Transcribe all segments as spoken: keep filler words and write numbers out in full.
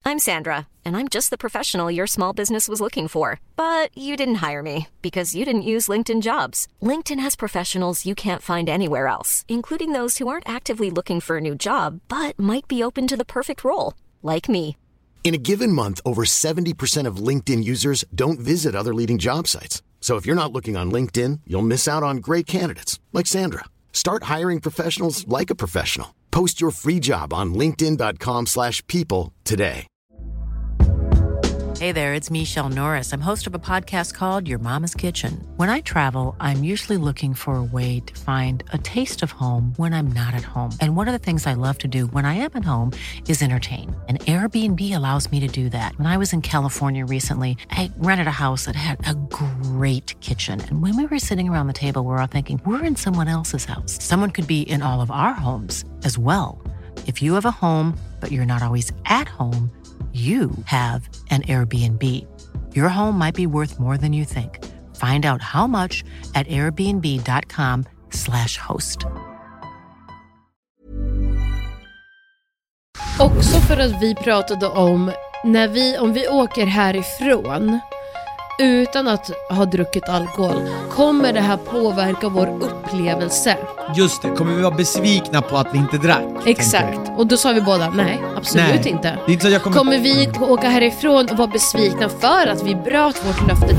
I'm Sandra, and I'm just the professional your small business was looking for. But you didn't hire me because you didn't use LinkedIn Jobs. LinkedIn has professionals you can't find anywhere else, including those who aren't actively looking for a new job, but might be open to the perfect role, like me. In a given month, over seventy percent of LinkedIn users don't visit other leading job sites. So if you're not looking on LinkedIn, you'll miss out on great candidates like Sandra. Start hiring professionals like a professional. Post your free job on linkedin dot com slash people today. Hey there, it's Michelle Norris. I'm host of a podcast called Your Mama's Kitchen. When I travel, I'm usually looking for a way to find a taste of home when I'm not at home. And one of the things I love to do when I am at home is entertain. And Airbnb allows me to do that. When I was in California recently, I rented a house that had a great kitchen. And when we were sitting around the table, we were all thinking, we're in someone else's house. Someone could be in all of our homes as well. If you have a home, but you're not always at home, you have an Airbnb. Your home might be worth more than you think. Find out how much at airbnb dot com slash host. Också för att vi pratade om när vi, om vi åker härifrån utan att ha druckit alkohol, kommer det här påverka vår upplevelse? Just det, kommer vi vara besvikna på att vi inte drack? Exakt, och då sa vi båda, nej, absolut nej. inte. Det är inte så jag kommer... kommer vi åka härifrån och vara besvikna för att vi bröt vårt löfte?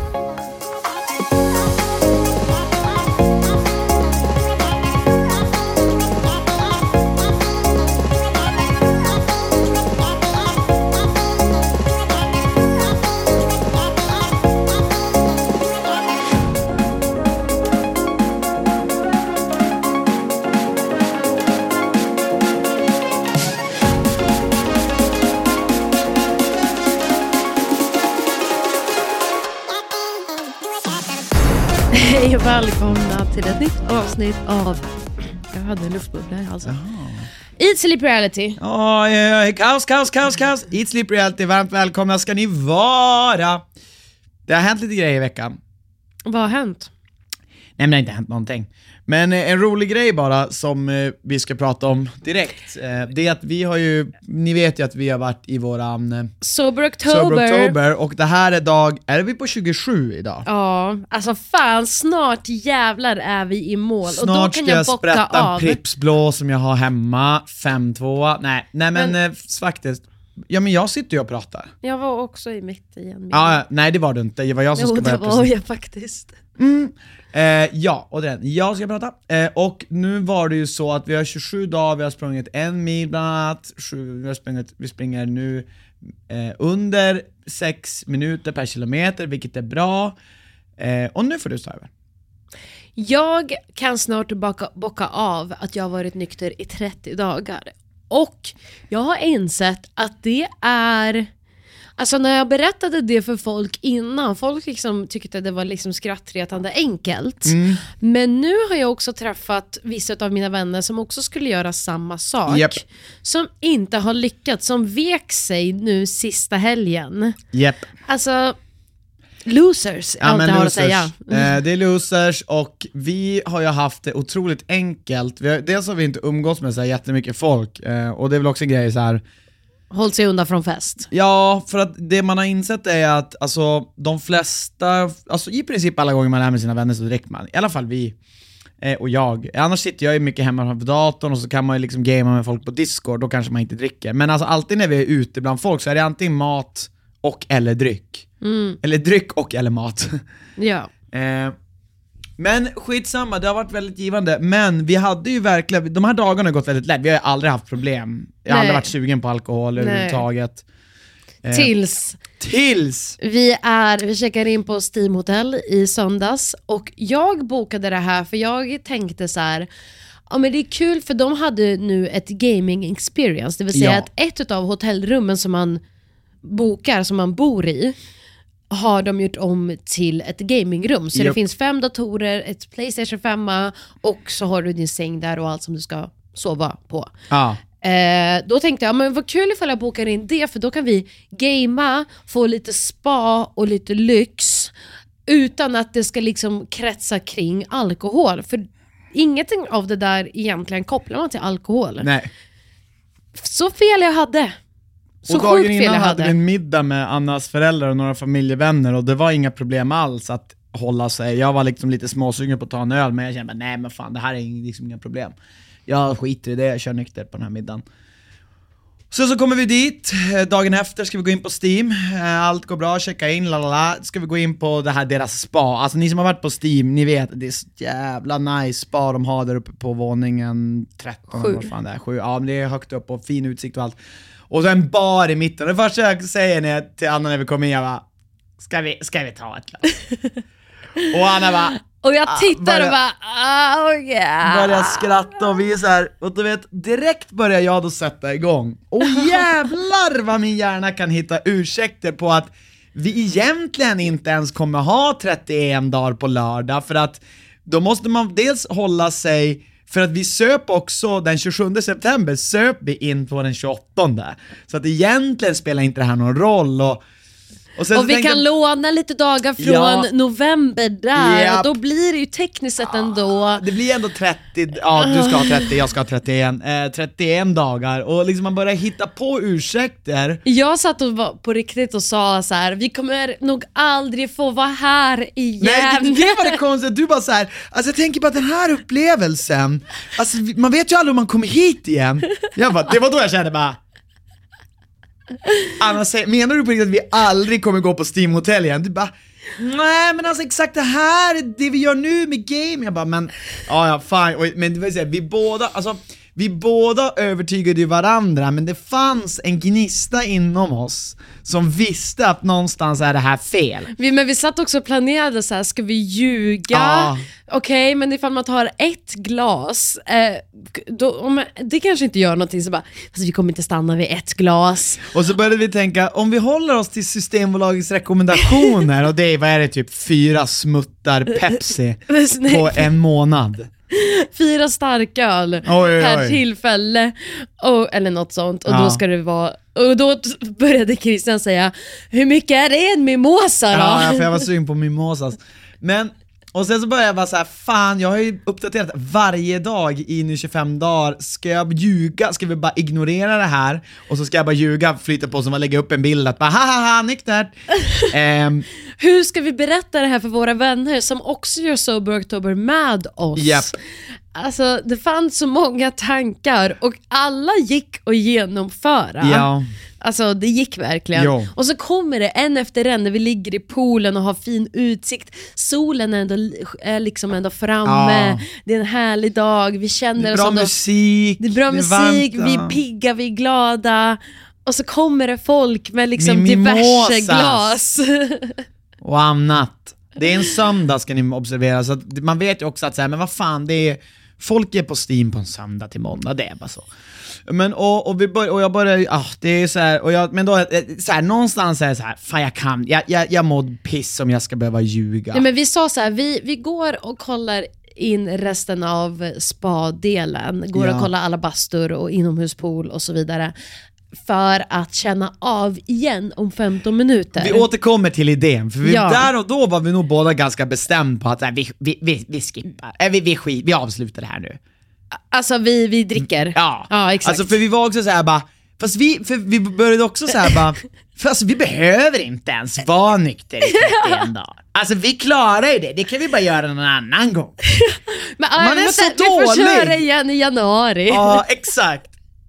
Hej och välkomna till ett nytt avsnitt av... Jag hade en luftbubbla här alltså. Eat Sleep Reality. Oj, oj, oj, kaos, kaos, kaos, kaos. Eat Sleep Reality, varmt välkomna ska ni vara. Det har hänt lite grejer i veckan. Vad har hänt? Nej, men det har inte hänt någonting. Men en rolig grej bara som eh, vi ska prata om direkt. Eh, det är att vi har ju, ni vet ju att vi har varit i våran eh, Sober October. Sober October. Och det här är dag, är vi på tjugosju idag? Ja, alltså fan, snart jävlar är vi i mål. Snart och då kan jag, jag ska jag sprätta av. en Pripps blå som jag har hemma, fem två. Nej, nej men, men eh, faktiskt. Ja, men jag sitter ju och pratar. Jag var också i mitt igen. Ja, nej det var du inte. Det var jag som jo, ska börja. Jo, det var jag faktiskt. Mm. Eh, ja, och den. Jag ska prata. Eh, och nu var det ju så att vi har tjugosju dagar, vi har sprungit en mil bland annat. Sju, vi, har sprungit, vi springer nu eh, under sex minuter per kilometer, vilket är bra. Eh, och nu får du stå över. Jag kan snart bocka, bocka av att jag har varit nykter i trettio dagar. Och jag har insett att det är... Alltså när jag berättade det för folk innan, folk liksom tyckte att det var liksom skrattretande enkelt. Mm. Men nu har jag också träffat vissa av mina vänner som också skulle göra samma sak. Yep. Som inte har lyckats, som vek sig nu sista helgen. Yep. Alltså... Losers, ja, allt jag har losers. att säga. Mm. Eh, det är losers och vi har ju haft det otroligt enkelt. Vi har, dels har vi inte umgås med så här jättemycket folk eh, och det är väl också en grej så här. Håll sig undan från fest. Ja, för att det man har insett är att alltså, de flesta, alltså i princip alla gånger man är med sina vänner så dricker man. I alla fall vi eh, och jag. Annars sitter jag ju mycket hemma framför datorn och så kan man ju liksom gamea med folk på Discord, då kanske man inte dricker. Men alltså alltid när vi är ute bland folk så är det antingen mat och eller dryck. Mm. Eller dryck och eller mat. Ja. eh, Men skitsamma, det har varit väldigt givande. Men vi hade ju verkligen, de här dagarna har gått väldigt lätt. Vi har ju aldrig haft problem. Jag har aldrig varit sugen på alkohol Nej. överhuvudtaget. eh, Tills Tills Vi är, vi checkar in på Steam Hotel i söndags. Och jag bokade det här för jag tänkte så här: ja, men det är kul för de hade nu ett gaming experience. Det vill säga ja. att ett av hotellrummen som man bokar, som man bor i, har de gjort om till ett gamingrum. Så yep. det finns fem datorer, ett PlayStation fem och så har du din säng där och allt som du ska sova på. Ah. Eh, då tänkte jag, men vad kul ifall jag bokar in det, för då kan vi gamea, få lite spa och lite lyx utan att det ska liksom kretsa kring alkohol. För ingenting av det där egentligen kopplar man till alkohol. Nej. Så fel jag hade. Så och dagen sjukt fel innan jag hade hade. vi en middag med Annas föräldrar och några familjevänner och det var inga problem alls att hålla sig. Jag var liksom lite småsugen på att ta en öl, men jag kände nej men fan, det här är liksom inga problem. Jag skiter i det, jag kör nykter på den här middagen. Så så kommer vi dit, dagen efter ska vi gå in på Steam, allt går bra, checka in, lalala. Ska vi gå in på det här, deras spa. Alltså ni som har varit på Steam, ni vet, det är så jävla nice spa de har där uppe på våningen tretton, Sju. vad fan det är, sju. Ja men det är högt upp och fin utsikt och allt. Och så en bar i mitten, det första jag säger när jag, till Anna när vi kommer in, jag bara, ska vi, ska vi ta ett glas? Och Anna bara, Och jag tittar börja- och bara, oh yeah. börjar skratta och vi är så här, och du vet, direkt börjar jag då sätta igång. Och jävlar vad min hjärna kan hitta ursäkter på att vi egentligen inte ens kommer ha trettioen dagar på lördag, för att då måste man dels hålla sig, för att vi söp också den tjugosjunde september söp vi in på den tjugoåttonde. Så att egentligen spelar inte det här någon roll. Och Och, sen och så vi tänkte kan jag, låna lite dagar från Ja. november där, Japp. och då blir det ju tekniskt sett ändå. det blir ändå trettio, ja du ska ha trettio, jag ska ha trettioen, eh, trettioen dagar, och liksom man börjar hitta på ursäkter. Jag satt och var på riktigt och sa så här: vi kommer nog aldrig få vara här igen. Nej, det, det var det konstiga, du bara så här, alltså jag tänker på att den här upplevelsen, alltså vi- man vet ju aldrig om man kommer hit igen. Jag bara, det var då jag kände bara, Anna, säger, menar du på riktigt att vi aldrig kommer gå på Steam Hotel igen? Du bara, nej men alltså exakt det här, det vi gör nu med game. Jag bara, men ja ja fine. Och, men det vill säga, vi båda, alltså vi båda övertygade ju varandra, men det fanns en gnista inom oss som visste att någonstans är det här fel. Vi, men vi satt också och planerade så här: ska vi ljuga? Ja. Okej, men ifall man tar ett glas, eh, då, om, det kanske inte gör någonting, så bara, alltså, vi kommer inte stanna vid ett glas. Och så började vi tänka, om vi håller oss till Systembolagets rekommendationer, och det är, vad är det, typ fyra smuttar Pepsi på en månad. Fyra starköl Oj, oj, per oj. tillfälle, och, eller något sånt. Och Ja. då ska det vara, och då t- började Christian säga, hur mycket är det en mimosa då? Ja, för jag var sugen på mimosas. Men, och sen så började jag bara så här, fan jag har ju uppdaterat varje dag i nu tjugofem dagar, ska jag ljuga, ska vi bara ignorera det här, och så ska jag bara ljuga, flytta på som att lägga upp en bild att bara haha nyktert. Ehm, Hur ska vi berätta det här för våra vänner som också gör Sober October med oss? Japp. Alltså det fanns så många tankar och alla gick att genomföra. Ja. Alltså det gick verkligen. Jo. Och så kommer det en efter en när vi ligger i poolen och har fin utsikt. Solen är, ändå, är liksom ändå framme. Ja. Det är en härlig dag. Vi det känner är oss bra ändå- musik, det är bra det är musik, varmt, vi ja. är pigga, vi är glada. Och så kommer det folk med liksom Med diverse mimosas. glas. och annat. Det är en söndag ska ni observera, så att man vet ju också att så här, men vad fan, det är folk är på Steam på en söndag till måndag, det är bara så. Men och, och vi bör, och jag börjar ah, det är så här, och jag, men då så här, någonstans är det så här, fan jag kan jag jag, jag mår piss om jag ska behöva ljuga. Nej, men vi sa så här, vi, vi går och kollar in resten av spa-delen, går Ja. och kollar alla bastur och inomhuspool och så vidare, för att känna av igen om femton minuter. Vi återkommer till idén, för vi, Ja. där och då var vi nog båda ganska bestämd på att nej, vi, vi, vi, vi skippar, äh, vi, vi, skit, vi avslutar det här nu. Alltså vi, vi dricker. Ja, ja exakt. Alltså för vi var också så här bara, fast vi, för vi började också så här bara, för alltså vi behöver inte ens vara nykter i trettioen dagar. Alltså vi klarar ju det, det kan vi bara göra någon annan gång. Men, man är vänta, så vi får dålig. köra igen i januari. Ja, exakt.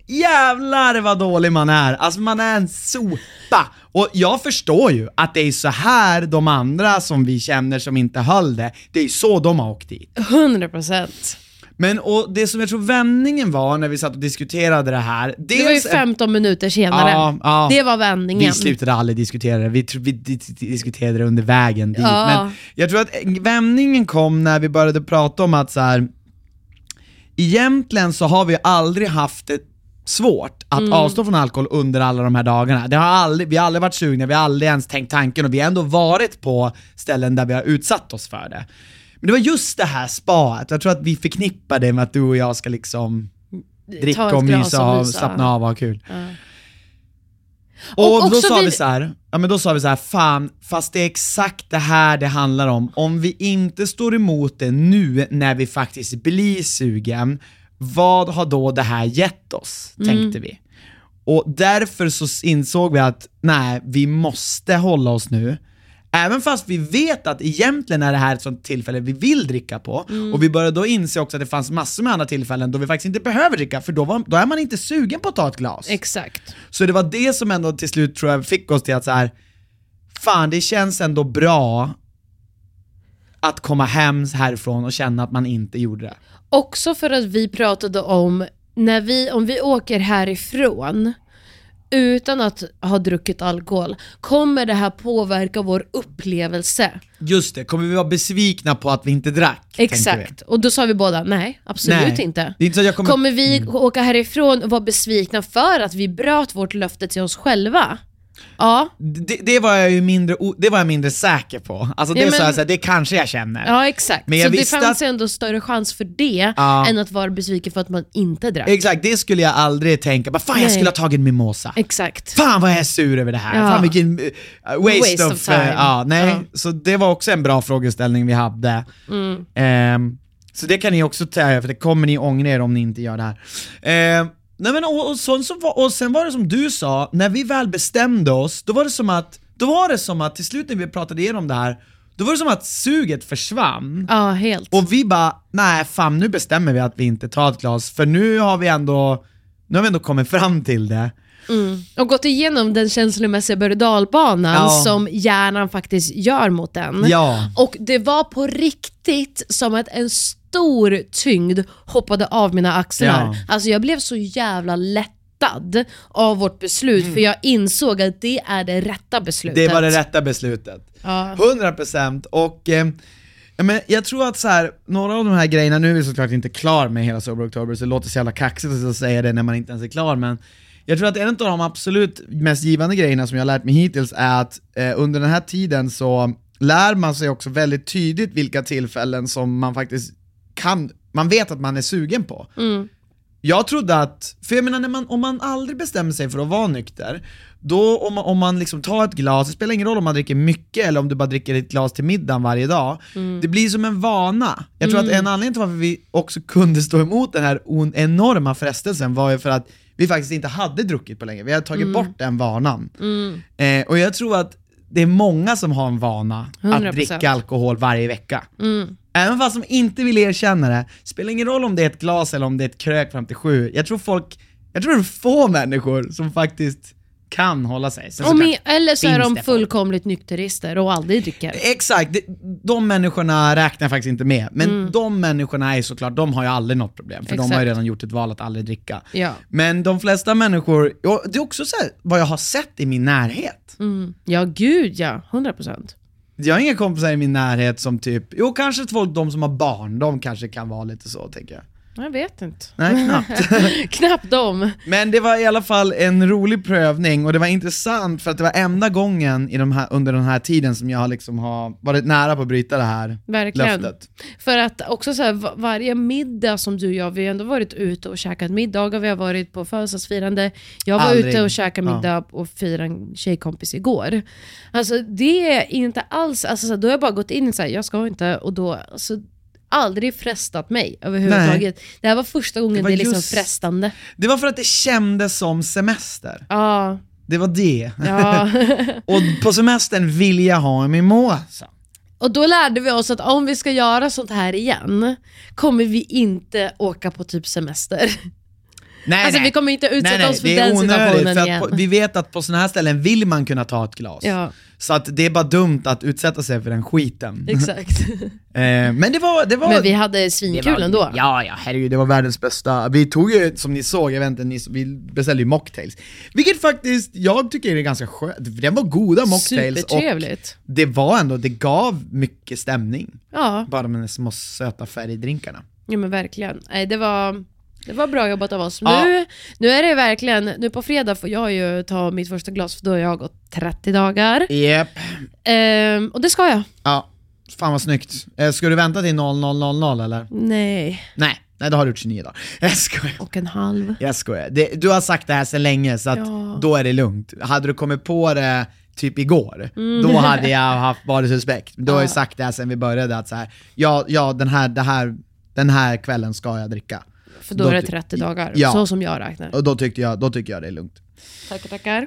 Jävlar vad dålig man är. Alltså man är en sopa. Och jag förstår ju att det är så här de andra som vi känner som inte höll det, det är så de har åkt dit. hundra procent. Men och det som jag tror vändningen var när vi satt och diskuterade det här, Det var ju dels- femton minuter senare. Ja, ja. Det var vändningen. Vi slutade aldrig diskutera det, vi, tr- vi di- di- diskuterade det under vägen dit. Ja. Men jag tror att vändningen kom när vi började prata om att så här, egentligen så har vi aldrig haft det svårt att Mm. avstå från alkohol under alla de här dagarna. Det har aldrig, vi har aldrig varit sugna, vi har aldrig ens tänkt tanken, och vi har ändå varit på ställen där vi har utsatt oss för det. Men det var just det här spaet, jag tror att vi förknippar det med att du och jag ska liksom dricka Ta ett och glas mysa och och mysa. slappna av och ha kul. Ja. Och, Och då också sa vi, vi- så här, ja men då sa vi så här, fan, fast det är exakt det här det handlar om. Om vi inte står emot det nu när vi faktiskt blir sugen, vad har då det här gett oss, Mm. tänkte vi. Och därför så insåg vi att nej, vi måste hålla oss nu. Även fast vi vet att egentligen är det här ett sånt tillfälle vi vill dricka på. Mm. Och vi började då inse också att det fanns massor med andra tillfällen då vi faktiskt inte behöver dricka. För då, var, då är man inte sugen på att ta ett glas. Exakt. Så det var det som ändå till slut tror jag fick oss till att så här, fan det känns ändå bra att komma hem härifrån och känna att man inte gjorde det. Också för att vi pratade om när vi, om vi åker härifrån utan att ha druckit alkohol, kommer det här påverka vår upplevelse? Just det, kommer vi vara besvikna på att vi inte drack? Exakt, och då sa vi båda, nej, absolut nej. inte. Det är inte så jag kommer... kommer vi mm. åka härifrån och vara besvikna för att vi bröt vårt löfte till oss själva? Ja. Det, det var jag ju mindre, det var jag mindre säker på. Alltså det, ja, men, så här, så här, det kanske jag känner. Ja, exakt. Men jag så det fanns att... ändå större chans för det ja. än att vara besviken för att man inte drack. Exakt, det skulle jag aldrig tänka. Bara, fan, nej. jag skulle ha tagit en mimosa. Exakt. Fan vad jag är sur över det här. Ja. Fan vilken uh, waste, waste of, of time. Uh, ja, nej. Ja. Så det var också en bra frågeställning vi hade. Mm. Um, så det kan ni också ta, för det kommer ni ångra er om ni inte gör det här. Uh, Nej men och, och, så, så, och sen var det som du sa, när vi väl bestämde oss, då var det som att då var det som att till slut när vi pratade igenom det här, då var det som att suget försvann. Ja, helt. Och vi bara, nej fan, nu bestämmer vi att vi inte tar ett glas, för nu har vi ändå nu har vi ändå kommit fram till det. Mm. Och gått igenom den känslomässiga berg- och dalbanan ja. som hjärnan faktiskt gör mot den. Ja. Och det var på riktigt som att en stor tyngd hoppade av mina axlar. Ja. Alltså jag blev så jävla lättad av vårt beslut mm. för jag insåg att det är det rätta beslutet. Det var det rätta beslutet. Ja. hundra procent. Och eh, ja, men jag tror att så här, några av de här grejerna, nu är vi såklart inte klar med hela Sober October, så det låter så jävla kaxigt att säga det när man inte ens är klar, men jag tror att en av de absolut mest givande grejerna som jag har lärt mig hittills är att eh, under den här tiden så lär man sig också väldigt tydligt vilka tillfällen som man faktiskt kan, man vet att man är sugen på. Mm. Jag trodde att, för jag menar när man, om man aldrig bestämmer sig för att vara nykter, då om man, om man liksom tar ett glas, det spelar ingen roll om man dricker mycket eller om du bara dricker ett glas till middagen varje dag. Mm. Det blir som en vana. Jag tror mm. att en anledning till varför vi också kunde stå emot den här enorma frestelsen var ju för att vi faktiskt inte hade druckit på länge. Vi hade tagit mm. bort den vanan. Mm. Eh, och jag tror att det är många som har en vana hundra procent att dricka alkohol varje vecka. Mm. Även fast de inte vill erkänna det. Spelar ingen roll om det är ett glas eller om det är ett krök fram till sju. Jag tror folk, jag tror det är få människor som faktiskt kan hålla sig. Om i, eller så är de fullkomligt nykterister och aldrig dricker. Exakt, de, de människorna räknar faktiskt inte med. Men mm. de människorna är såklart, de har ju aldrig något problem. För Exakt. de har ju redan gjort ett val att aldrig dricka. Ja. Men de flesta människor, det är också så här, vad jag har sett i min närhet. Mm. Ja, gud ja, hundra procent. Jag har inga kompisar i min närhet som typ, jo kanske folk, de som har barn, de kanske kan vara lite så, tänker jag. Jag vet inte. Nej, knappt. Knappt dem. Men det var i alla fall en rolig prövning och det var intressant för att det var enda gången i de här, under den här tiden som jag liksom har varit nära på att bryta det här Verkligen. löftet. För att också så här, var- varje middag som du och jag, vi har ändå varit ute och käkat middagar, vi har varit på födelsedagsfirande. Jag var Aldrig. ute och käkade middag ja. och firade en tjejkompis igår. Alltså det är inte alls, alltså så här, då har jag bara gått in och sagt jag ska inte, och då alltså, aldrig frestat mig överhuvudtaget. Nej. Det här var första gången det, det är liksom just, frestande. Det var för att det kändes som semester. Ja. Det var det. Ja. Och på semestern vill jag ha en mimosa. Och då lärde vi oss att om vi ska göra sånt här igen kommer vi inte åka på typ semester. Nej, alltså nej. vi kommer inte utsätta nej, nej. oss för den situationen för igen. På, vi vet att på såna här ställen vill man kunna ta ett glas. Ja. Så att det är bara dumt att utsätta sig för den skiten. Exakt. eh, men det var, det var... Men vi hade svinkul ändå. Ja, ja, herregud, det var världens bästa. Vi tog ju, som ni såg, jag vet inte, ni, vi beställde ju mocktails. Vilket faktiskt, jag tycker är ganska skönt. Det var goda mocktails. Supertrevligt. Och det var ändå, det gav mycket stämning. Ja. Bara med de små söta färgdrinkarna. Ja men verkligen. Nej, det var... Det var bra jobbat av oss. Ja. Nu, nu är det verkligen, nu på fredag får jag ju ta mitt första glas för då har jag gått trettio dagar. Yep. Ehm, och det ska jag. Ja, fan vad snyggt. Eh, ska du vänta till noll noll noll noll eller? Nej. Nej, nej då har du gjort tjugonio dagar. Jag skojar. Och en halv. Jag skojar. Det, du har sagt det här sedan länge så att Ja. då är det lugnt. Hade du kommit på det typ igår, mm. då hade jag haft varit suspekt. Då har jag sagt det här sedan vi började att så här, ja, ja den här, det här, den här kvällen ska jag dricka. För då, då är det trettio dagar, ja. Så som jag räknar. Och då tyckte jag, då tycker jag det är lugnt. Tackar, tackar.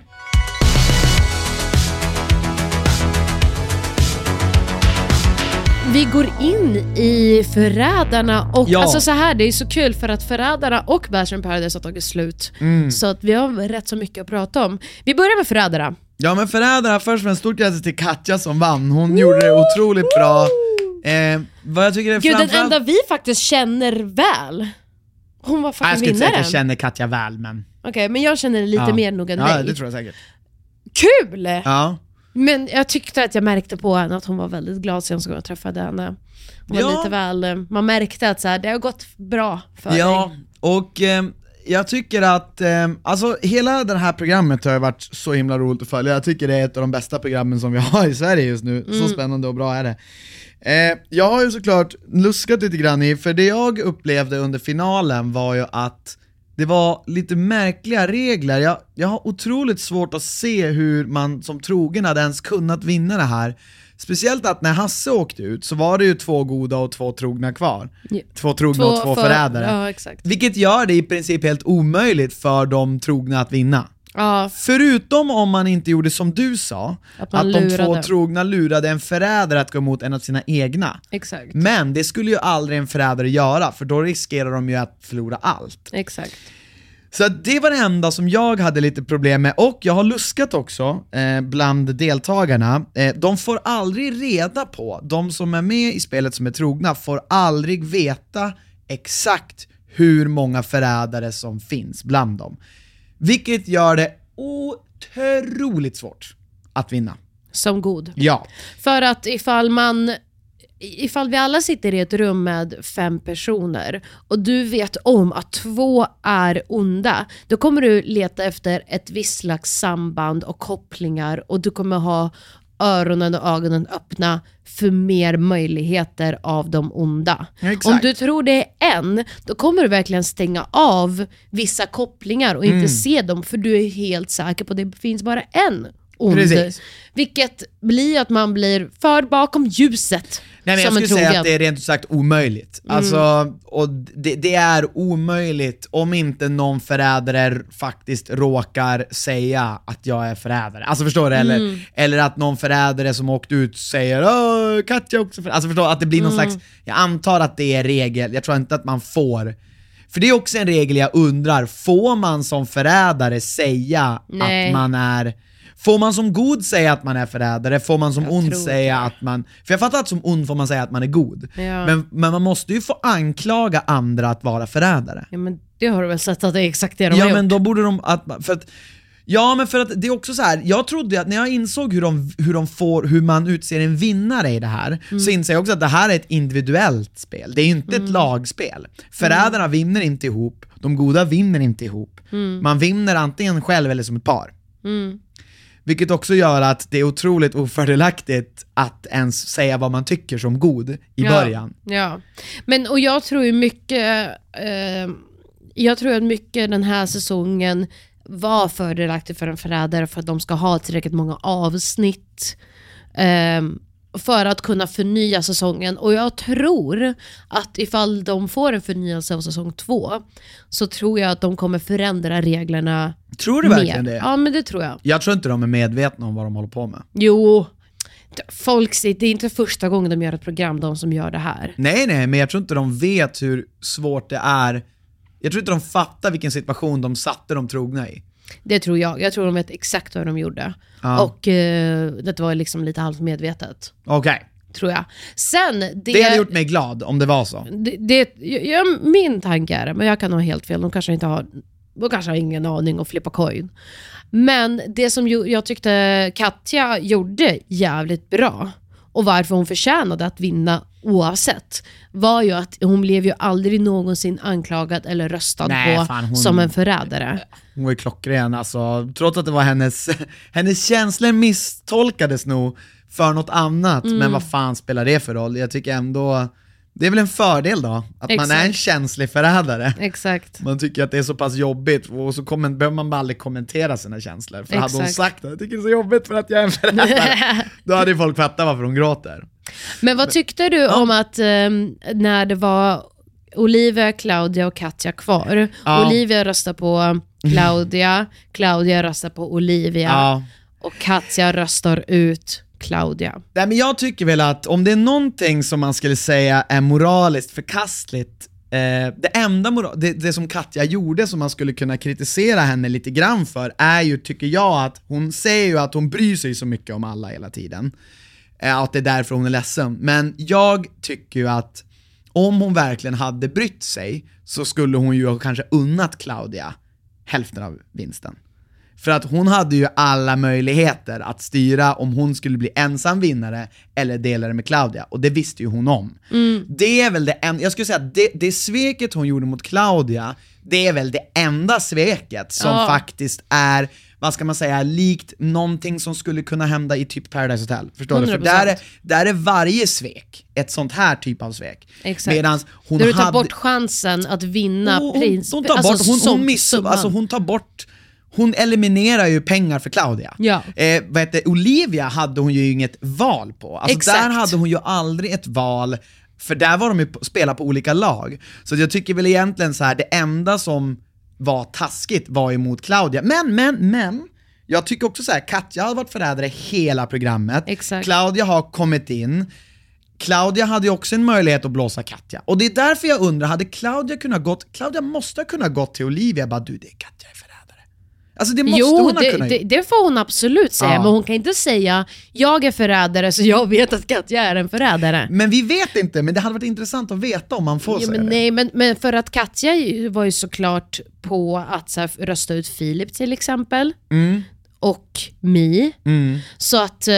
Vi går in i Förrädarna och ja. Alltså så här, det är så kul för att Förrädarna och Bachelor in Paradise har tagit slut. Mm. Så att vi har rätt så mycket att prata om. Vi börjar med Förrädarna. Ja, men Förrädarna, först med en stort grattis till Katja som vann. Hon Woo! gjorde det otroligt bra. Eh, vad jag tycker är Gud, framförallt... den enda vi faktiskt känner väl. Hon var fucking vinnaren. Jag skulle säga att jag känner Katja väl, men... Okej, okay, men jag känner lite ja. mer nog än ja, dig. Ja, det tror jag säkert. Kul! Ja. Men jag tyckte att jag märkte på henne att hon var väldigt glad sen så jag träffade henne. Hon var ja. lite väl... Man märkte att så här, det har gått bra för ja, dig. Och eh, jag tycker att... Eh, alltså, hela det här programmet har varit så himla roligt att följa. Jag tycker det är ett av de bästa programmen som vi har i Sverige just nu. Mm. Så spännande och bra är det. Eh, jag har ju såklart luskat lite grann i, för det jag upplevde under finalen var ju att det var lite märkliga regler. Jag, jag har otroligt svårt att se hur man som trogen hade ens kunnat vinna det här. Speciellt att när Hasse åkte ut så var det ju två goda och två trogna kvar. Yeah. Två trogna två och två för, förrädare. Ja, exakt. Vilket gör det i princip helt omöjligt för de trogna att vinna. Ja. Förutom om man inte gjorde som du sa, att, att de två trogna lurade en förrädare att gå emot en av sina egna. Exakt. Men det skulle ju aldrig en förrädare göra, för då riskerar de ju att förlora allt. Exakt. Så det var det enda som jag hade lite problem med. Och jag har luskat också eh, bland deltagarna. Eh, de får aldrig reda på, de som är med i spelet som är trogna får aldrig veta exakt hur många förrädare som finns bland dem. Vilket gör det otroligt svårt att vinna. Som god. Ja. För att ifall man ifall vi alla sitter i ett rum med fem personer och du vet om att två är onda, då kommer du leta efter ett visst slags samband och kopplingar och du kommer ha öronen och ögonen öppna för mer möjligheter av de onda. Exakt. Om du tror det är en, då kommer du verkligen stänga av vissa kopplingar och inte mm. se dem, för du är helt säker på att det finns bara en ond. Precis. Vilket blir att man blir för bakom ljuset. Nej, men jag skulle säga att det är rent sagt omöjligt. Mm. Alltså, och det, det är omöjligt om inte någon förrädare faktiskt råkar säga att jag är förrädare. Alltså förstår du? Eller, mm. eller att någon förrädare som åkt ut säger Åh, Katja också förrädare. Alltså förstår, att det blir någon mm. slags, jag antar att det är regel. Jag tror inte att man får. För det är också en regel jag undrar. Får man som förrädare säga Nej. att man är... Får man som god säga att man är förrädare? Får man som jag ond säga det. att man... För jag fattar att som ond får man säga att man är god. Ja. Men, men man måste ju få anklaga andra att vara förrädare. Ja, men det har du väl sett att det är exakt det de ja, har men gjort. Då borde de... Att, för att, ja, men för att det är också så här. Jag trodde att när jag insåg hur de, hur de får... Hur man utser en vinnare i det här, mm. så inser jag också att det här är ett individuellt spel. Det är ju inte mm. ett lagspel. Förrädarna mm. vinner inte ihop. De goda vinner inte ihop. Mm. Man vinner antingen själv eller som ett par. Mm. Vilket också gör att det är otroligt ofördelaktigt att ens säga vad man tycker som god i ja, början. Ja, men och jag tror ju mycket eh, jag tror att mycket den här säsongen var fördelaktigt för en förrädare för att de ska ha tillräckligt många avsnitt eh, för att kunna förnya säsongen. Och jag tror att ifall de får en förnyelse av säsong två så tror jag att de kommer förändra reglerna. Tror du verkligen mer. det? Ja, men det tror jag. Jag tror inte de är medvetna om vad de håller på med. Jo, folk, det är inte första gången de gör ett program, de som gör det här. Nej, nej, men jag tror inte de vet hur svårt det är. Jag tror inte de fattar vilken situation de satte de trogna i. Det tror jag. Jag tror de vet exakt vad de gjorde. Ja. Och eh, det var liksom lite halvt medvetet. Okej. Okay. Tror jag. Sen, det, det hade gjort mig glad om det var så. Det, det, ja, min tanke är det, men jag kan ha helt fel. De kanske inte har, de kanske har ingen aning om flippa coin. Men det som jag tyckte Katja gjorde jävligt bra, och varför hon förtjänade att vinna oavsett, var ju att hon blev ju aldrig någonsin anklagad eller röstad Nej, på fan, hon, som en förrädare. Hon var ju klockren, alltså. Trots att det var hennes hennes känslor misstolkades nog för något annat. Mm. Men vad fan spelar det för roll? Jag tycker ändå, det är väl en fördel då, att Exakt. man är en känslig förrädare. Exakt. Man tycker att det är så pass jobbigt, och så kommer, behöver man bara aldrig kommentera sina känslor. För Exakt. hade hon sagt att jag tycker det är så jobbigt för att jag är en förrädare, då hade ju folk fattat varför hon gråter. Men vad tyckte du ja. om att um, när det var Olivia, Claudia och Katja kvar. Ja. Olivia röstar på Claudia, Claudia röstar på Olivia ja. och Katja röstar ut Claudia. Nej, men jag tycker väl att om det är någonting som man skulle säga är moraliskt förkastligt, eh, det enda moral, det, det som Katja gjorde som man skulle kunna kritisera henne lite grann för är ju, tycker jag, att hon säger ju att hon bryr sig så mycket om alla hela tiden. Eh, att det är därför hon är ledsen. Men jag tycker ju att om hon verkligen hade brytt sig så skulle hon ju kanske unnat Claudia hälften av vinsten. För att hon hade ju alla möjligheter att styra om hon skulle bli ensam vinnare eller dela det med Claudia. Och det visste ju hon om. Mm. Det är väl det enda, jag skulle säga att det, det sveket hon gjorde mot Claudia, det är väl det enda sveket som ja. faktiskt är, vad ska man säga, likt någonting som skulle kunna hända i typ Paradise Hotel. Förstår du? För där är, där är varje svek ett sånt här typ av svek. Exakt. Medans hon du tar hade... bort chansen att vinna hon, prins. Hon, hon tar bort, alltså, hon, hon, miss, alltså, hon tar bort Hon eliminerar ju pengar för Claudia. Ja. Eh, vad heter, Olivia hade hon ju inget val på. Alltså Exakt. Där hade hon ju aldrig ett val, för där var de ju spela på olika lag. Så jag tycker väl egentligen så här, det enda som var taskigt var emot Claudia. Men, men, men jag tycker också så här, Katja har varit förrädare hela programmet. Exakt. Claudia har kommit in. Claudia hade ju också en möjlighet att blåsa Katja. Och det är därför jag undrar, hade Claudia kunnat gått, Claudia måste ha kunnat gått till Olivia, bara du, det är Katja är förrädare. Alltså det måste jo, hon ha det, kunnat det, det får hon absolut säga, ja. Men hon kan inte säga jag är förrädare så jag vet att Katja är en förrädare. Men vi vet inte, men det hade varit intressant att veta om man får ja, säga men det. Nej, men, men för att Katja var ju såklart på att så här, rösta ut Filip till exempel. Mm. Och Mi. Mm. Så, att,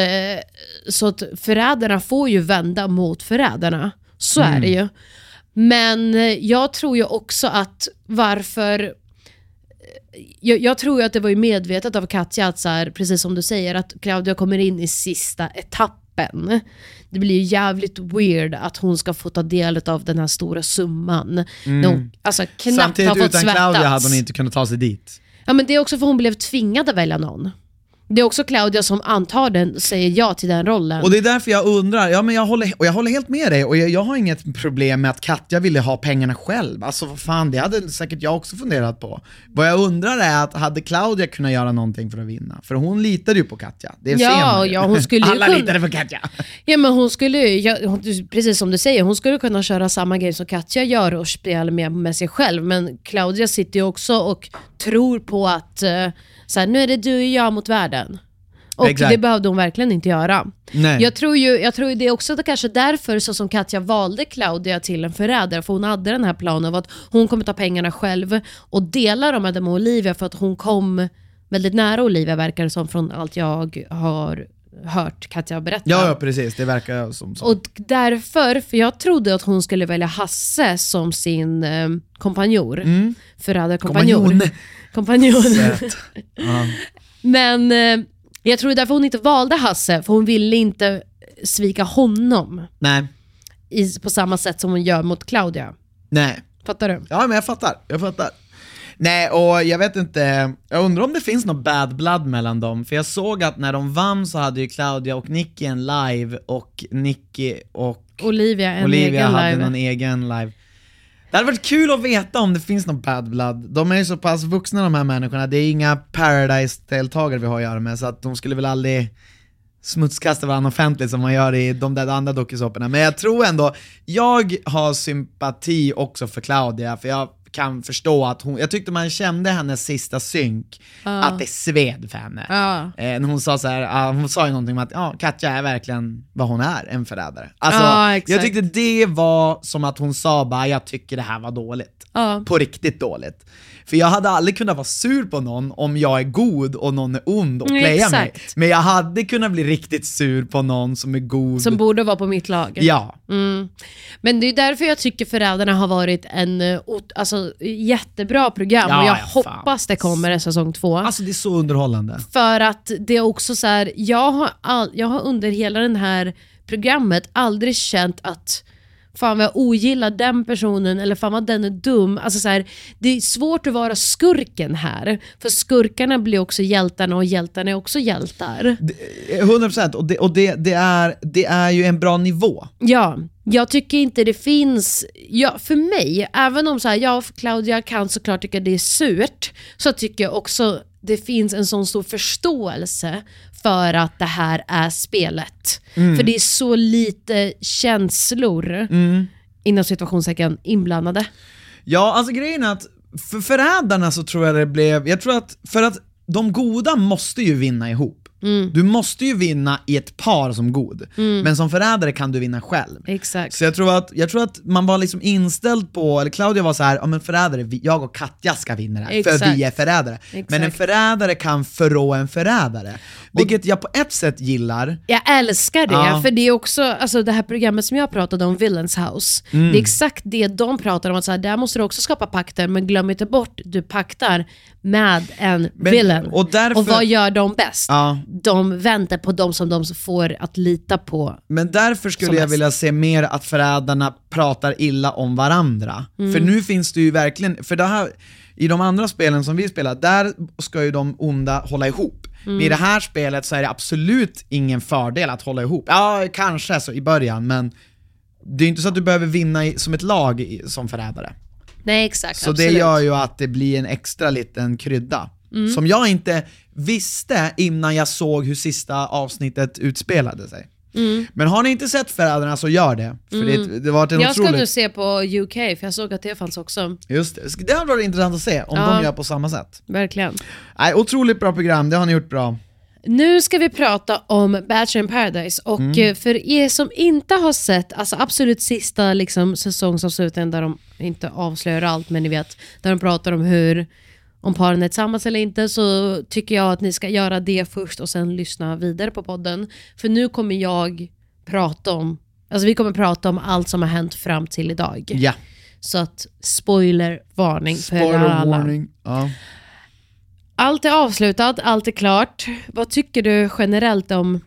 så att förrädarna får ju vända mot förrädarna. Så mm. är det ju. Men jag tror ju också att varför... Jag, jag tror ju att det var ju medvetet av Katja att så här, precis som du säger, att Claudia kommer in i sista etappen. Det blir ju jävligt weird att hon ska få ta del av den här stora summan. Mm. De, alltså, knappt Samtidigt har fått utan svettats. Claudia hade hon inte kunnat ta sig dit. Ja, men det är också för hon blev tvingad att välja någon. Det är också Claudia som antar den, säger ja till den rollen. Och det är därför jag undrar, ja men jag håller, och jag håller helt med dig, och jag, jag har inget problem med att Katja ville ha pengarna själv. Alltså vad fan, det hade säkert jag också funderat på. Vad jag undrar är att hade Claudia kunnat göra någonting för att vinna? För hon litade ju på Katja. Det är ja, ja, hon skulle alla kunna... litade på Katja. Ja, men hon skulle ja, precis som du säger, hon skulle kunna köra samma grej som Katja gör och spela med, med sig själv. Men Claudia sitter ju också och tror på att så här, nu är det du och jag mot världen. Och Exakt. Det behövde hon verkligen inte göra. Nej. Jag tror ju jag tror ju det är också det kanske därför så som Katja valde Claudia till en förrädare, för hon hade den här planen av att hon kommer ta pengarna själv och dela dem med Olivia, för att hon kom väldigt nära Olivia, verkar det som, från allt jag har hört Katja berätta. Ja, ja precis, det verkar som så. Och därför, för jag trodde att hon skulle välja Hasse som sin eh, kompanjor. Mm. Förrädarkompanjon. Kompanjon. Ja. Men eh, jag tror därför hon inte valde Hasse, för hon ville inte svika honom. Nej. I, på samma sätt som hon gör mot Claudia. Nej. Fattar du? Ja, men jag fattar. Jag fattar. Nej, och jag vet inte, jag undrar om det finns något bad blood mellan dem. För jag såg att när de vann så hade ju Claudia och Nicky en live, och Nicky och Olivia en Olivia egen hade live. någon egen live. Det hade varit kul att veta om det finns något bad blood. De är ju så pass vuxna, de här människorna. Det är inga Paradise-deltagare vi har att göra med, så att de skulle väl aldrig smutskasta varandra offentligt som man gör i de där andra dokusåporna. Men jag tror ändå, jag har sympati också för Claudia, för jag kan förstå att hon, jag tyckte man kände hennes sista synk, uh. att det sved för henne. Uh. Eh, när hon sa så här, uh, hon sa ju någonting om att ja, Katja är verkligen vad hon är, en förrädare. Alltså, uh, jag tyckte det var som att hon sa bara, jag tycker det här var dåligt. Uh. På riktigt dåligt. För jag hade aldrig kunnat vara sur på någon om jag är god och någon är ond och playa mm, mig. Men jag hade kunnat bli riktigt sur på någon som är god. Som borde vara på mitt lag. Ja. Mm. Men det är därför jag tycker Förrädarna har varit en alltså, jättebra program. Ja, och jag ja, hoppas det kommer en säsong två. Alltså det är så underhållande. För att det är också så här, jag har, all, jag har under hela den här programmet aldrig känt att fan vad jag ogillar den personen, eller fan vad den är dum. Alltså så här, det är svårt att vara skurken här. För skurkarna blir också hjältarna, och hjältarna är också hjältar. hundra procent, och, det, och det, det, är, det är ju en bra nivå. Ja, Jag tycker inte det finns, ja, för mig, även om så här, jag och Claudia kan såklart tycka det är surt, så tycker jag också det finns en sån stor förståelse för att det här är spelet. Mm. För det är så lite känslor mm. inom situationssäcken inblandade. Ja, alltså grejen är att för förrädarna så tror jag det blev, jag tror att för att de goda måste ju vinna ihop. Mm. Du måste ju vinna i ett par som god. Mm. Men som förrädare kan du vinna själv. Exakt. Så jag tror att, jag tror att man var liksom inställd på, eller Claudia var så här, ja men förrädare, jag och Katja ska vinna det här. Exakt. För vi är förrädare. Exakt. Men en förrädare kan förrå en förrädare. Vilket jag på ett sätt gillar. Jag älskar det, ja. För det är också, alltså det här programmet som jag pratade om, Villains House. Mm. Det är exakt det de pratar om, att så här, där måste du också skapa pakter, men glöm inte bort, du paktar med en men, villain. Och, därför, och vad gör de bäst? Ja. De väntar på dem som de får att lita på. Men därför skulle jag mest. vilja se mer att förrädarna pratar illa om varandra. Mm. För nu finns det ju verkligen, för det här, i de andra spelen som vi spelar, där ska ju de onda hålla ihop. Mm. I det här spelet så är det absolut ingen fördel att hålla ihop. Ja, kanske så i början, men det är inte så att du behöver vinna i, som ett lag i, som förrädare. Nej, exakt. Så absolut. Det gör ju att det blir en extra liten krydda. Mm. Som jag inte visste innan jag såg hur sista avsnittet utspelade sig. Mm. Men har ni inte sett Förrädarna så gör det. För mm. det, det var en jag otroligt... ska nu se på U K, för jag såg att det fanns också. Just det, det har varit intressant att se om ja. de gör på samma sätt. Verkligen. Nej, otroligt bra program, det har ni gjort bra. Nu ska vi prata om Bachelor in Paradise. Och mm. för er som inte har sett, alltså absolut sista liksom, säsongsavsluten där de inte avslöjar allt, men ni vet, där de pratar om hur, om paren är tillsammans eller inte, så tycker jag att ni ska göra det först och sen lyssna vidare på podden. För nu kommer jag prata om, alltså vi kommer prata om allt som har hänt fram till idag. Ja. Så att spoilervarning för spoiler warning. Ja. Allt är avslutat, allt är klart. Vad tycker du generellt om?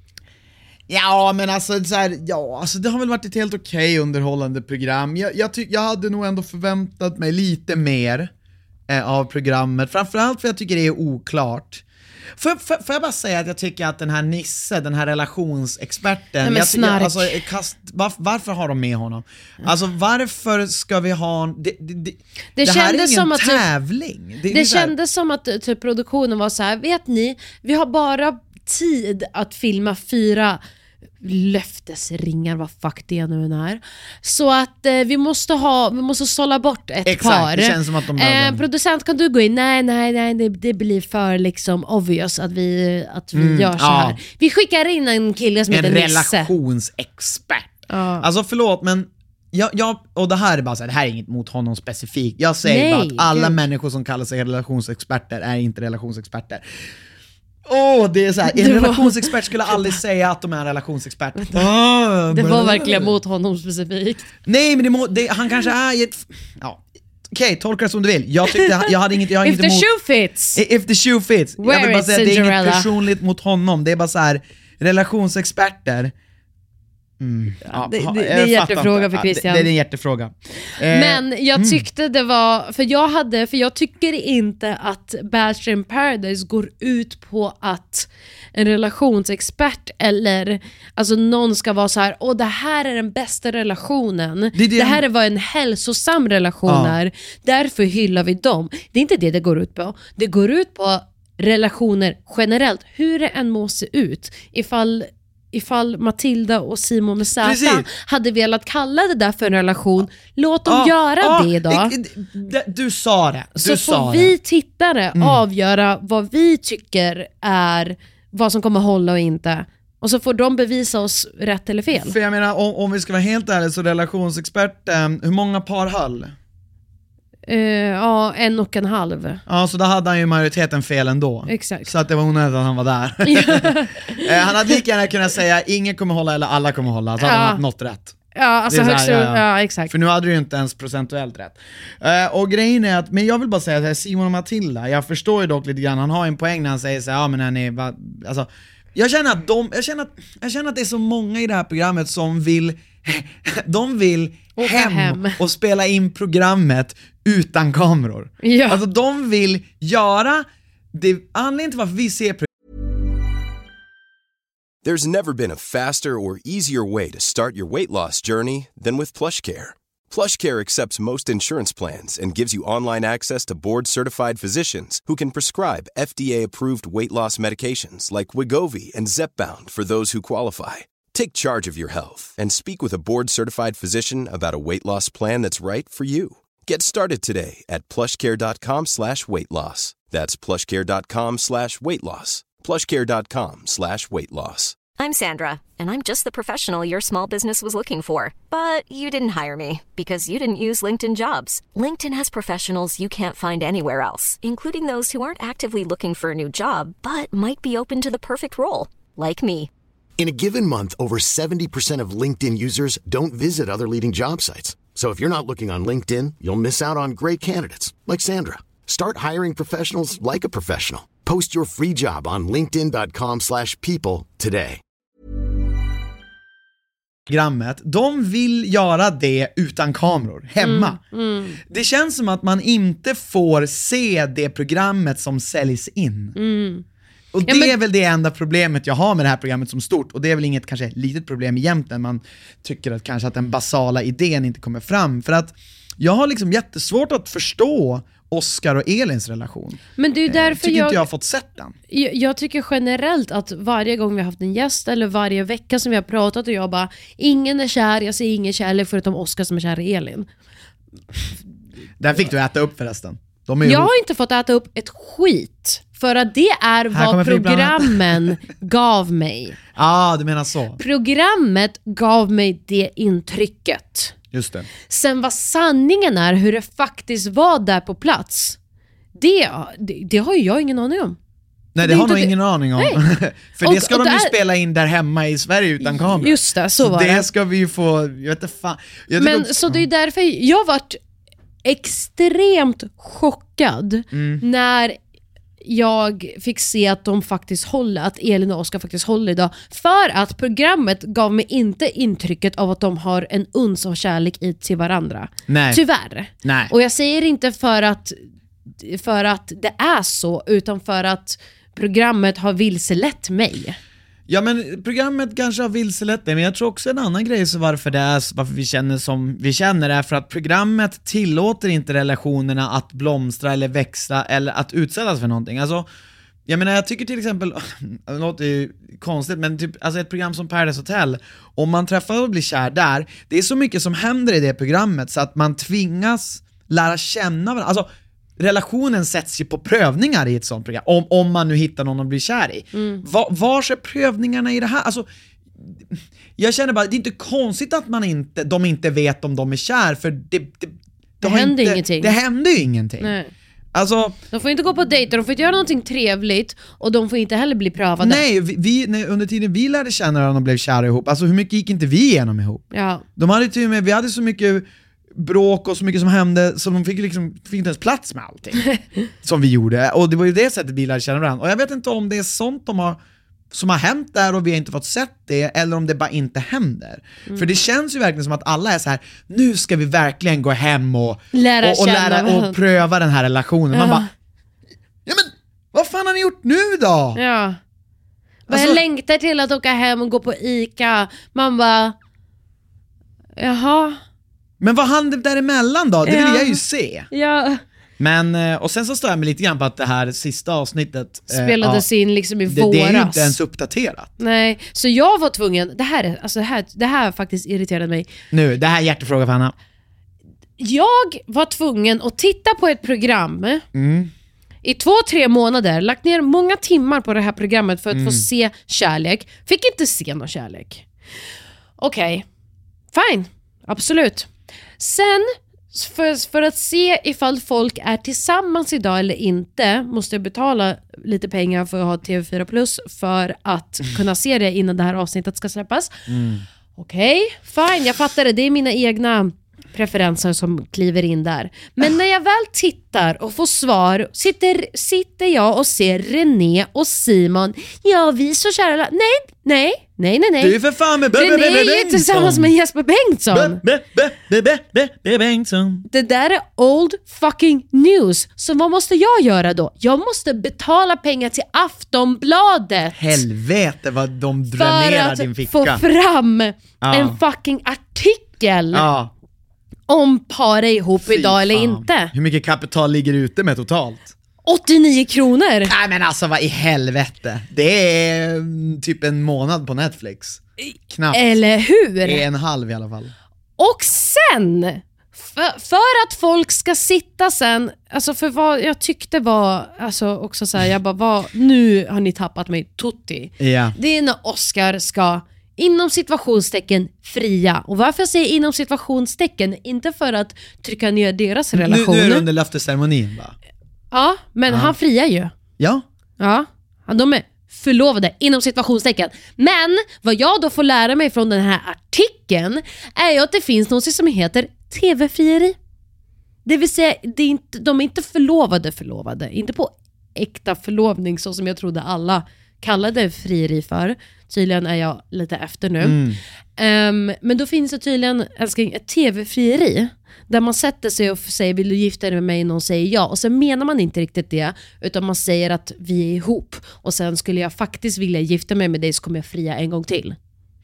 Ja, men alltså, så här, ja, alltså det har väl varit ett helt okej underhållande program. Jag, jag, tyck, jag hade nog ändå förväntat mig lite mer eh, av programmet. Framförallt för jag tycker det är oklart. Får, får, får jag bara säga att jag tycker att den här Nisse, den här relationsexperten, Nej, jag, jag, alltså, kast, var, varför har de med honom? Alltså varför ska vi ha det, det, det, det, det här är ingen som att tävling. Typ, det det kändes som att typ, produktionen var så här: vet ni, vi har bara tid att filma fyra löftesringar, vad fuck det nu är. Så att eh, vi måste ha, vi måste sålla bort ett Exakt, par. Det känns som att de eh, producent, kan du gå in? Nej, nej, nej, det, det blir för liksom obvious att vi, att vi mm, gör så ja. här. Vi skickar in en kille som en heter Nisse. En relationsexpert. Ja. Alltså förlåt, men jag, jag, och det här är bara så här, det här är inget mot honom specifikt. Jag säger Nej, bara att alla Gud. människor som kallar sig relationsexperter är inte relationsexperter. Åh, oh, det är så här, en det relationsexpert var... skulle aldrig säga att de är en relationsexpert. Oh, det var verkligen mot honom specifikt. Nej, men det må, det, han kanske är ett, ja. Okej, okay, tolka det som du vill. Jag tyckte jag hade inget jag har If inte the emot, shoe fits. If the shoe fits. Where jag vill bara säga att det är inget personligt mot honom. Det är bara så här, relationsexperter. Mm. Ja, det, det, det är en hjärtefråga för Christian. Det, det är en hjärtefråga. Men jag tyckte det var, för jag hade, för jag tycker inte att Bachelor in Paradise går ut på att en relationsexpert eller alltså någon ska vara så här: åh, det här är den bästa relationen. Det, det, det här är vad en hälsosam relation ja. är. Därför hyllar vi dem. Det är inte det det går ut på. Det går ut på relationer generellt. Hur det än må se ut. Ifall Ifall Matilda och Simon med Z hade velat kalla det där för en relation, låt dem ah, göra ah, det då. Du sa det. Du så sa får det. vi tittare mm. avgöra vad vi tycker är vad som kommer hålla och inte. Och så får de bevisa oss rätt eller fel. För jag menar, om, om vi ska vara helt ärliga, så relationsexpert, um, hur många par höll? Uh, ja, en och en halv. Ja, så då hade han ju majoriteten fel ändå. Exakt. Så att det var onödigt att han var där. uh, Han hade lika gärna kunnat säga ingen kommer hålla eller alla kommer hålla. Så hade ja. han haft något rätt. Ja, alltså högst, ja, ja. ja, exakt. För nu hade du ju inte ens procentuellt rätt. uh, Och grejen är att, men jag vill bara säga att Simon och Matilda, jag förstår ju dock lite grann, han har en poäng när han säger så här, ja men hörni, va, alltså, jag känner att de, jag känner att, jag känner att det är så många i det här programmet som vill de vill hem, hem och spela in programmet utan kameror. Ja. Alltså de vill göra det, anledningen till varför vi ser There's never been a faster or easier way to start your weight loss journey than with PlushCare. PlushCare accepts most insurance plans and gives you online access to board-certified physicians who can prescribe F D A-approved weight loss medications like Wegovy and Zepbound for those who qualify. Take charge of your health and speak with a board-certified physician about a weight loss plan that's right for you. Get started today at plushcare.com slash weight loss. That's plushcare.com slash weight loss. plushcare.com slash weight loss. I'm Sandra, and I'm just the professional your small business was looking for. But you didn't hire me because you didn't use LinkedIn Jobs. LinkedIn has professionals you can't find anywhere else, including those who aren't actively looking for a new job, but might be open to the perfect role, like me. In a given month, over seventy percent of LinkedIn users don't visit other leading job sites. So if you're not looking on LinkedIn, you'll miss out on great candidates like Sandra. Start hiring professionals like a professional. Post your free job on linkedin.com slash people today. Programmet, de vill göra det utan kameror, hemma. Mm, mm. Det känns som att man inte får se det programmet som säljs in. Mm. Och det ja, men... är väl det enda problemet jag har med det här programmet som stort. Och det är väl inget kanske litet problem egentligen. Man tycker att kanske att den basala idén inte kommer fram. För att jag har liksom jättesvårt att förstå Oscar och Elins relation. Men det är därför tycker jag, inte jag har fått sett den. Jag, jag tycker generellt att varje gång vi har haft en gäst eller varje vecka som vi har pratat och jag bara, ingen är kär, jag ser ingen kärlek förutom Oscar som är kär i Elin. Där fick du äta upp förresten. De är jag har inte fått äta upp ett skit. För att det är vad programmen gav mig. Ja, ah, du menar så. Programmet gav mig det intrycket. Just det. Sen vad sanningen är, hur det faktiskt var där på plats, det, det, det har ju jag ingen aning om. Nej, det, det har nog ingen aning om. För och, det ska de ju där... spela in där hemma i Sverige utan kamera. Just det, så, så var det. det ska vi ju få, jag vet inte fan. Jag Men också... så det är därför jag varit extremt chockad mm. när jag fick se att de faktiskt håller, att Elin och Oscar faktiskt håller idag, för att programmet gav mig inte intrycket av att de har en uns av kärlek i till varandra. Nej. Tyvärr. Nej. Och jag säger inte för att för att det är så, utan för att programmet har vilselett mig. Ja, men programmet kanske har vilselett det, men jag tror också en annan grej så varför det är, varför vi känner som vi känner är för att programmet tillåter inte relationerna att blomstra eller växa eller att utsättas för någonting. Alltså, jag menar, jag tycker till exempel, det låter ju konstigt, men typ, alltså ett program som Paradise Hotel, om man träffar och blir kär där, det är så mycket som händer i det programmet så att man tvingas lära känna varandra. Alltså, relationen sätts ju på prövningar i ett sånt program. Om, om man nu hittar någon att bli kär i. Mm. Va, vars är prövningarna i det här? Alltså, jag känner bara, det är inte konstigt att man inte, de inte vet om de är kär. För det, det, det, det händer inte, ingenting. Det händer ju ingenting. Nej. Alltså, de får inte gå på dejter, de får inte göra någonting trevligt. Och de får inte heller bli prövade. Nej, vi, vi, nej under tiden vi lärde känna varandra och blev kära ihop. Alltså hur mycket gick inte vi igenom ihop? Ja. De hade till och med, vi hade så mycket bråk och så mycket som hände så de fick liksom fick inte ens plats med allting som vi gjorde, och det var ju det sättet vi lärde känna varandra. Och jag vet inte om det är sånt de har, som har hänt där och vi har inte fått sett det, eller om det bara inte händer. Mm. För det känns ju verkligen som att alla är så här: nu ska vi verkligen gå hem och lära, och, och, lära och pröva den här relationen. Man uh. bara, ja men vad fan har ni gjort nu då? Ja. Alltså, jag längtar till att åka hem och gå på Ica. Man bara, jaha. Men vad hände däremellan då? Det vill ja. jag ju se. Ja. Men, och sen så står jag med lite grann på att det här sista avsnittet spelades eh, in liksom i det, våras. Det är ju inte ens uppdaterat. Nej, så jag var tvungen, det här, alltså det här, det här faktiskt irriterade mig. Nu, det här är hjärtefråga för Hanna. Jag var tvungen att titta på ett program mm. i två, tre månader, lagt ner många timmar på det här programmet för att mm. få se kärlek. Fick inte se någon kärlek. Okej, okay. Fine, absolut. Sen, för, för att se ifall folk är tillsammans idag eller inte, måste jag betala lite pengar för att ha T V fyra plus för att mm. kunna se det innan det här avsnittet ska släppas. Mm. Okej, okay, fine, jag fattar det. Det är mina egna preferenser som kliver in där. Men när jag väl tittar och får svar, sitter, sitter jag och ser René och Simon. Ja, vi är så kära. Nej, nej. nej, nej, nej. Du är för fan med René är ju tillsammans med Jesper Bengtsson. Bengtsson. Det där är old fucking news. Så vad måste jag göra då? Jag måste betala pengar till Aftonbladet. Helvete vad de dränerar din ficka. För att få fram ja. en fucking artikel ja. om para ihop Fy idag eller fan. inte. Hur mycket kapital ligger ute med totalt? åttionio kronor. Nej men alltså vad i helvete. Det är mm, typ en månad på Netflix. Knappt. Eller hur? Det är en halv i alla fall. Och sen för, för att folk ska sitta sen, alltså för vad jag tyckte var alltså också så här, jag bara vad, nu har ni tappat mig tutti. Ja. Det är när Oscar ska inom situationstecken fria. Och varför jag säger inom situationstecken, inte för att trycka ner deras relation. Nu, nu är det under löftesceremonin va? Ja, men ja. han friar ju. Ja. Ja, de är förlovade inom situationstecken. Men vad jag då får lära mig från den här artikeln är ju att det finns något som heter tv-frieri. Det vill säga, det är inte, de är inte förlovade förlovade. Inte på äkta förlovning så som jag trodde alla kallade frieri för. Tydligen är jag lite efter nu. Mm. Um, men då finns det tydligen älskling, ett tv-frieri där man sätter sig och säger vill du gifta dig med mig, någon säger ja och sen menar man inte riktigt det utan man säger att vi är ihop och sen skulle jag faktiskt vilja gifta mig med dig så kommer jag fria en gång till.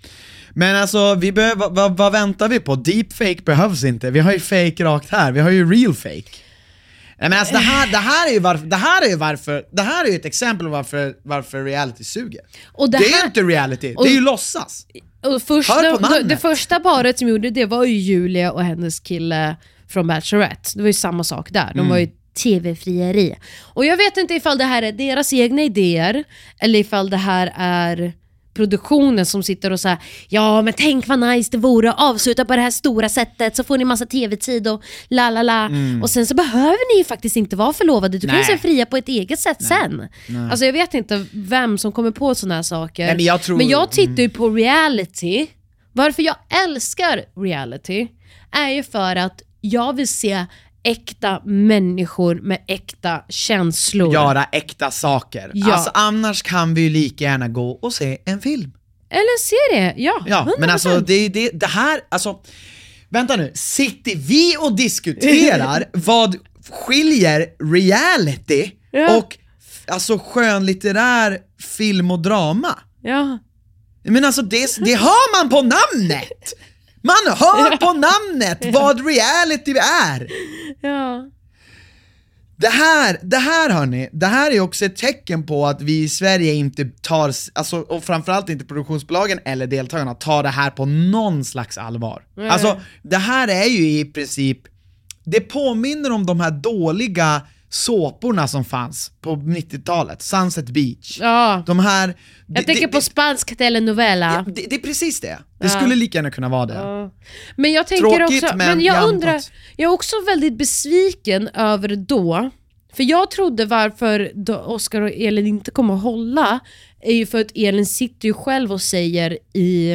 Men alltså, vi behöver, vad, vad, vad väntar vi på? Deepfake behövs inte. Vi har ju fake rakt här. Vi har ju real fake. Nej, men alltså det här, det här är ju varför, det här är ju varför, det här är ju ett exempel på varför, varför reality suger. Och det, det är ju inte reality, och, det är ju låtsas. Och första, det, det första paret som gjorde det var ju Julia och hennes kille från Bachelorette. Det var ju samma sak där. De mm. var ju tv-frieri. Och jag vet inte ifall det här är deras egna idéer eller ifall det här är produktionen som sitter och säger ja men tänk vad nice det vore att avsluta på det här stora sättet så får ni massa tv-tid och la la la mm. och sen så behöver ni ju faktiskt inte vara förlovade, du Nej. kan ju se fria på ett eget sätt Nej. sen Nej. Alltså jag vet inte vem som kommer på såna här saker. Nej, men, jag tror... men jag tittar ju på reality. Varför jag älskar reality är ju för att jag vill se äkta människor med äkta känslor. Göra äkta saker. Ja. Alltså annars kan vi ju lika gärna gå och se en film. Eller serie, ja. Ja, men alltså det, det, det här, alltså vänta nu, sitter vi och diskuterar vad skiljer reality ja. och alltså skönlitterär film och drama? Ja. Men alltså det, det hör man på namnet. Man hör på namnet ja. vad reality är. Ja. Det här, det här hörni, det här är också ett tecken på att vi i Sverige inte tar, alltså, och framförallt inte produktionsbolagen eller deltagarna tar det här på någon slags allvar. Mm. Alltså, det här är ju i princip, det påminner om de här dåliga såporna som fanns på nittiotalet, Sunset Beach. Ja. De här... Jag det, tänker det, på spansk telenovela. Ja, det, det är precis det. Det ja. skulle lika gärna kunna vara det. Ja. Men jag tänker Tråkigt, också, men men jag jag undrar, jag är också väldigt besviken över då. För jag trodde varför Oscar och Elin inte kommer att hålla är ju för att Elin sitter ju själv och säger i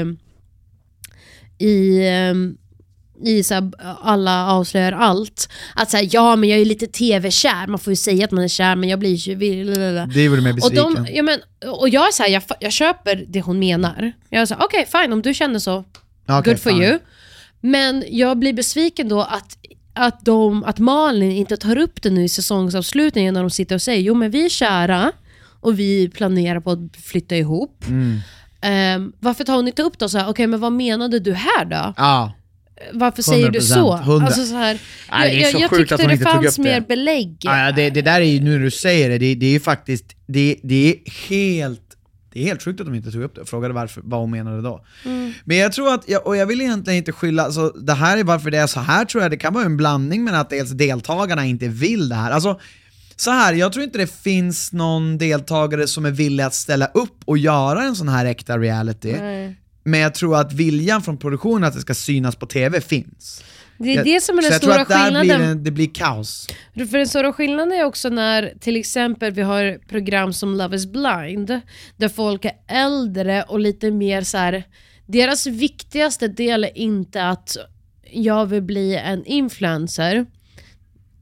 i i så här, alla avslöjar allt att så här, ja men jag är lite tv-kär, man får ju säga att man är kär men jag blir ju det var mer besviken. Och, de, ja, men, och jag är så här, jag, jag köper det hon menar. Jag är så här, okej okay, fine om du känner så okay, good for fine. you. Men jag blir besviken då att att, de, att Malin inte tar upp det nu i säsongsavslutningen när de sitter och säger jo men vi är kära och vi planerar på att flytta ihop. Mm. Um, varför tar hon inte upp då så här, okej okay, men vad menade du här då? Ja. Varför säger du så? Alltså så här, Nej, jag, så jag tyckte det fanns mer belägg. Ja, det, det där är ju, nu när du säger det, det, det är ju faktiskt, det, det är helt det är helt sjukt att de inte tog upp det och frågade varför, vad hon menade då. Mm. Men jag tror att, och jag vill egentligen inte skylla, alltså, det här är varför det är så här tror jag, det kan vara en blandning med att dels deltagarna inte vill det här. Alltså, så här, jag tror inte det finns någon deltagare som är villig att ställa upp och göra en sån här äkta reality. Nej. Men jag tror att viljan från produktionen att det ska synas på tv finns. Det är jag, det som är den så stora jag tror att där skillnaden. Blir det, det blir kaos. För den stora skillnaden är också när till exempel vi har program som Love is Blind där folk är äldre och lite mer så här, deras viktigaste del är inte att jag vill bli en influencer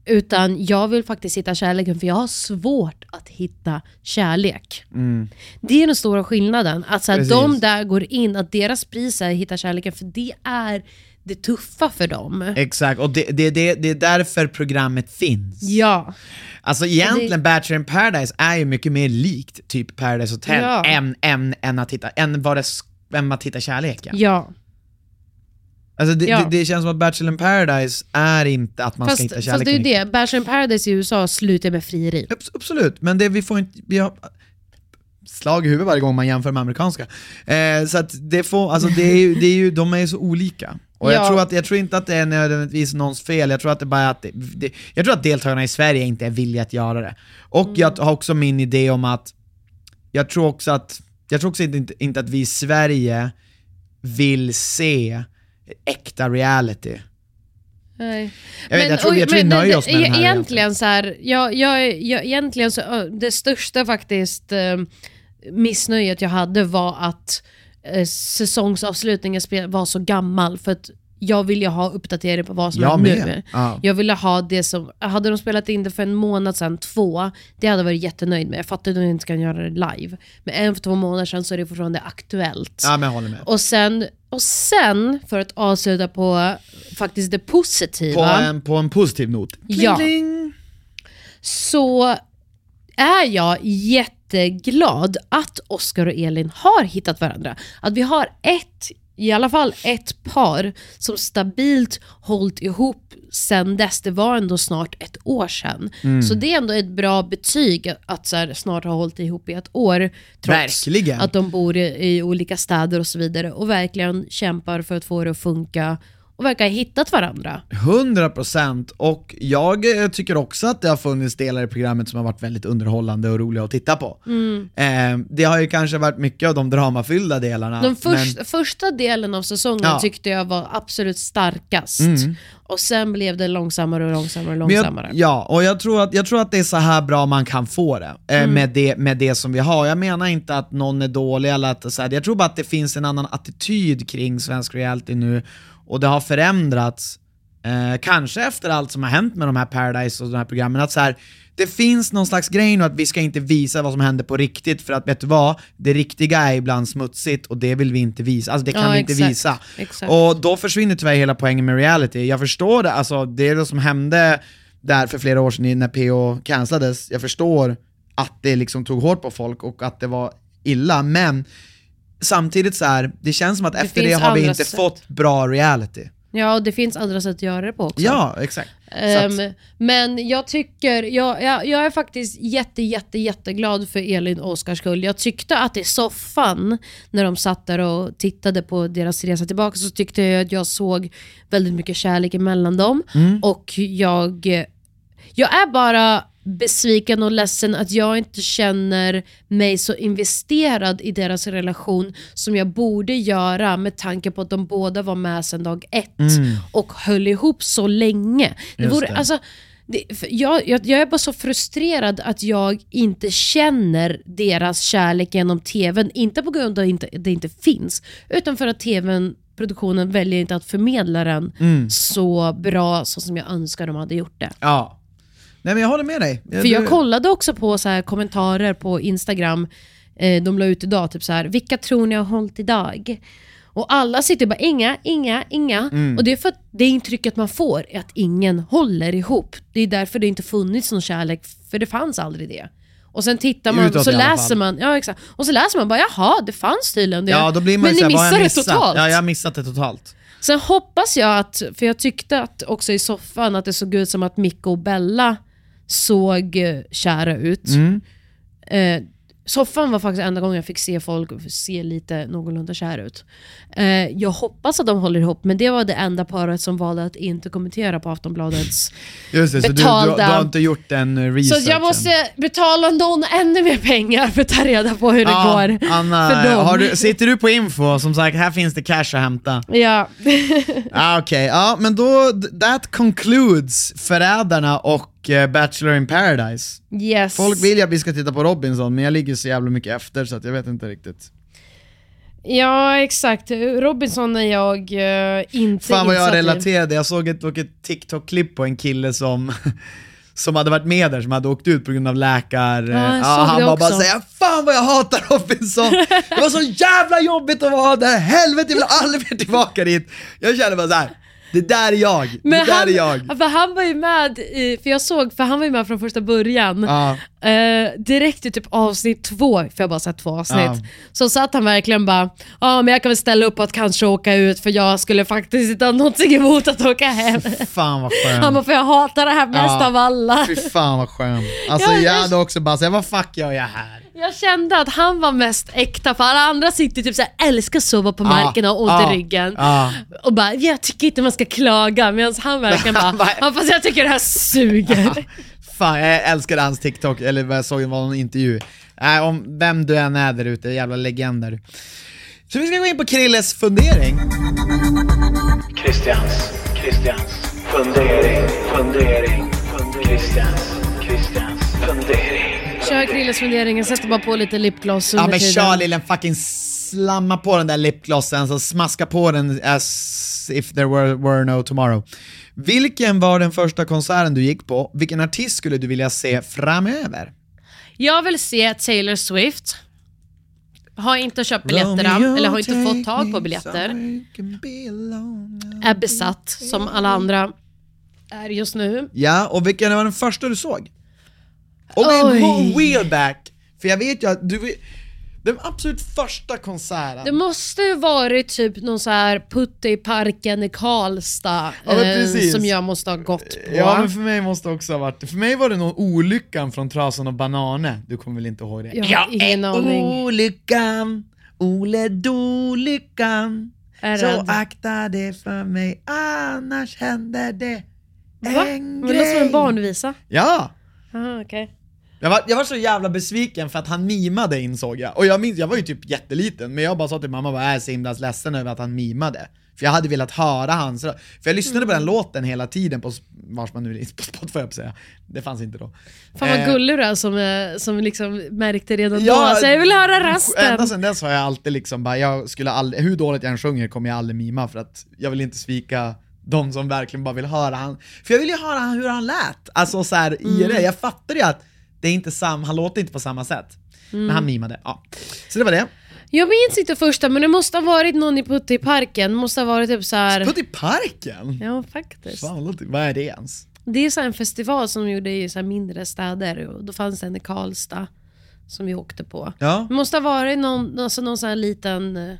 Utan jag vill faktiskt hitta kärleken, för jag har svårt att hitta kärlek. Mm. Det är den stora skillnaden. Att så här, de där går in, att deras pris är att hitta kärleken, för det är det tuffa för dem. Exakt, och det, det, det, det är därför programmet finns. Ja. Alltså egentligen det... Bachelor in Paradise är ju mycket mer likt typ Paradise Hotel ja. än, än, än, att hitta, än vad det än att hitta kärleken. Ja. Alltså det, ja. det, det känns som att Bachelor in Paradise är inte att man fast, ska hitta kärleken. Fast det är ju det, Bachelor in Paradise i U S A slutar med frieri. Absolut, men det vi får inte... Vi har slag i huvudet varje gång man jämför med amerikanska. Eh, så att det får, alltså det är ju, det är ju, de är ju så olika. Och ja. jag, tror att, jag tror inte att det är nödvändigtvis någons fel. Jag tror att det bara är att det, det, jag tror att deltagarna i Sverige inte är villiga att göra det. Och mm. jag har också min idé om att jag tror också att jag tror också inte, inte att vi i Sverige vill se äkta reality. Nej. Jag, vet, men, jag tror, jag tror vi nöjer oss med den här egentligen så här, jag, jag, jag, egentligen så, det största faktiskt eh, missnöjet jag hade var att eh, säsongsavslutningen var så gammal, för att jag ville ha uppdatering på vad som jag är med. nu. Ja. Jag ville ha det som, hade de spelat in det för en månad sedan, två, det hade jag varit jättenöjd med. Jag fattar att de inte kan göra det live. Men en för två månader sedan så är det fortfarande aktuellt. Ja, men jag håller med. Och sen, och sen för att avsluta på faktiskt det positiva. På en, på en positiv not. Kling, ja. Kling. Så är jag jätteglad att Oscar och Elin har hittat varandra. Att vi har ett i alla fall ett par som stabilt hållit ihop sen dess. Det var ändå snart ett år sedan. Mm. Så det är ändå ett bra betyg att så här, snart ha hållit ihop i ett år. Trots verkligen. Att de bor i, i olika städer och så vidare. Och verkligen kämpar för att få det att funka. Och verkar ha hittat varandra. hundra procent. Och jag tycker också att det har funnits delar i programmet som har varit väldigt underhållande och roliga att titta på. Mm. Eh, det har ju kanske varit mycket av de dramafyllda delarna. Den först, men... första delen av säsongen ja. tyckte jag var absolut starkast. Mm. Och sen blev det långsammare och långsammare och långsammare. Jag, ja, och jag tror, att, jag tror att det är så här bra man kan få det, eh, mm. med det med det som vi har. Jag menar inte att någon är dålig eller att, så här, jag tror bara att det finns en annan attityd kring svensk reality nu. Och det har förändrats, eh, kanske efter allt som har hänt med de här Paradise och de här programmen, att så här, det finns någon slags grej nu att vi ska inte visa vad som händer på riktigt, för att vet du vad, det riktiga är ibland smutsigt och det vill vi inte visa, alltså det kan ja, vi exakt, inte visa. Exakt. Och då försvinner tyvärr hela poängen med reality. Jag förstår det, alltså det är det som hände där för flera år sedan när P O cancellades. Jag förstår att det liksom tog hårt på folk och att det var illa, men samtidigt så här, det känns som att det efter det har vi inte sätt. fått bra reality. Ja, och det finns andra sätt att göra det på också. Ja, exakt. Um, att... Men jag tycker, jag, jag, jag är faktiskt jätte, jätte, jätteglad för Elin och Oskars skull. Jag tyckte att i soffan, när de satt där och tittade på deras resa tillbaka, så tyckte jag att jag såg väldigt mycket kärlek mellan dem. Mm. Och jag, jag är bara besviken och ledsen att jag inte känner mig så investerad i deras relation som jag borde göra, med tanke på att de båda var med sedan dag ett mm. och höll ihop så länge. Det vore, det. Alltså, det, jag, jag, jag är bara så frustrerad att jag inte känner deras kärlek genom tvn, inte på grund av att det inte finns, utan för att tvn, produktionen, väljer inte att förmedla den mm. så bra så som jag önskar de hade gjort det. Ja. Nej, men jag håller med dig. För jag kollade också på så här kommentarer på Instagram. Eh, de la ut idag typ så här: vilka tror ni har hållit idag? Och alla sitter bara inga, inga, inga. Mm. Och det är för att det intrycket man får är att ingen håller ihop. Det är därför det inte funnits någon kärlek, för det fanns aldrig det. Och sen tittar man och så läser man, ja exakt. Och så läser man bara, jaha, det fanns tydligen det. Ja, då blir man men ni missade det totalt. Ja, jag har missat det totalt. Sen hoppas jag att, för jag tyckte att också i soffan att det såg ut som att Micke och Bella såg kära ut. Mm. Eh, soffan var faktiskt enda gången jag fick se folk se lite någorlunda kära ut. Eh, jag hoppas att de håller ihop, men det var det enda paret som valde att inte kommentera på Aftonbladets Just det, betalda. Så du, du, du har inte gjort en research. Så jag måste betala någon ännu mer pengar för att ta reda på hur ja, det går. Anna, för dem. Har du, sitter du på info? Som sagt, här finns det cash att hämta. Ja. ah, Okej, okay. Ja, men då, that concludes Förrädarna och Bachelor in Paradise. Yes. Folk vill ju att vi ska titta på Robinson, men jag ligger så jävla mycket efter så att jag vet inte riktigt. Ja, exakt. Robinson är jag uh, inte Fan vad jag insatt i. relaterade. Jag såg ett, ett TikTok-klipp på en kille som som hade varit med där, som hade åkt ut på grund av läkar. Ja, ja, han var bara säga fan vad jag hatar Robinson. Det var så jävla jobbigt att vara där. Helvete, jag vill aldrig mer tillbaka dit. Jag kände bara så här. Det där är jag, det Men där han, är jag. För han var ju med i, för jag såg, för han var ju med från första början. Ja. Uh, direkt i typ avsnitt två, för jag har bara sett två avsnitt. Ja. Så satt han verkligen bara, ja ah, men jag kan väl ställa upp att kanske åka ut, för jag skulle faktiskt inte ha någonting emot att åka hem. Fy fan vad skönt. Han bara, för jag hatar det här mest Ja. av alla. Fy fan vad skönt. Alltså Ja, jag jag- hade också bara sagt, vad fuck gör jag här? Jag kände att han var mest äkta, för alla andra sitter typ såhär, älskar sova på marken och har ont ja, i ryggen. ja. Och bara, jag tycker inte man ska klaga, medan han verkligen bara, bara- ja, fast jag tycker det här suger. Fan, jag älskade hans TikTok, eller vad jag såg, det var någon intervju. Äh, om vem du än är där ute, jävla legender. Så vi ska gå in på Krilles fundering. Christians, Christians fundering, fundering, fundering. Christians, Christians fundering. Kör Krilles funderingar, sätter bara på lite lipgloss under Ja men tiden. kör lillen, fucking slamma på den där lipglossen, så smaska på den as if there were, were no tomorrow. Vilken var den första konserten du gick på? Vilken artist skulle du vilja se framöver? Jag vill se Taylor Swift. Har inte köpt biljetter än, eller har inte fått tag på biljetter. Är besatt som alla andra är just nu. Ja, och vilken var den första du såg? Och Oj. en wheel back. För jag vet ju att du, den absolut första konserten. Det måste ju varit typ någon så här putte i parken i Karlstad, Ja, men eh, precis. som jag måste ha gått på. Ja men för mig måste också ha varit, för mig var det någon olyckan från Trasan och Banane. Du kommer väl inte ihåg det? Jag har ingen aning. Olyckan, Ole-do-lyckan. Är Så rädd. akta det för mig, annars händer det Va? en Men det låter som grej. en barnvisa. Ja, Aha, okej. jag var, jag var så jävla besviken för att han mimade, insåg jag. Och jag minns, jag var ju typ jätteliten, men jag bara sa till mamma, jag är så himla ledsen över att han mimade. För jag hade velat höra hans röst. För jag lyssnade på den låten hela tiden på vars man nu är på Spotify, jag på säga. Det fanns inte då. Fan vad Eh, gullig du är som, eh, som liksom märkte redan Ja, då. Så jag vill höra rösten. Ända sedan dess har jag alltid liksom bara, jag skulle aldrig, hur dåligt jag än sjunger kommer jag aldrig mima, för att jag vill inte svika de som verkligen bara vill höra han. För jag vill ju höra hur han lät. Alltså så här, i det. Jag fattar ju att det är inte sam, han låter inte på samma sätt. Men han mimade, ja. Så det var det. Jag minns inte första, men det måste ha varit någon i putte i parken. Det måste ha varit typ så här. Putt i parken? Ja, faktiskt. Fan, vad låter- vad är det ens? Det är så här en festival som de gjorde i så här mindre städer, och då fanns det en i Karlstad som vi åkte på. Ja. Det måste ha varit någon, alltså någon så här liten eh,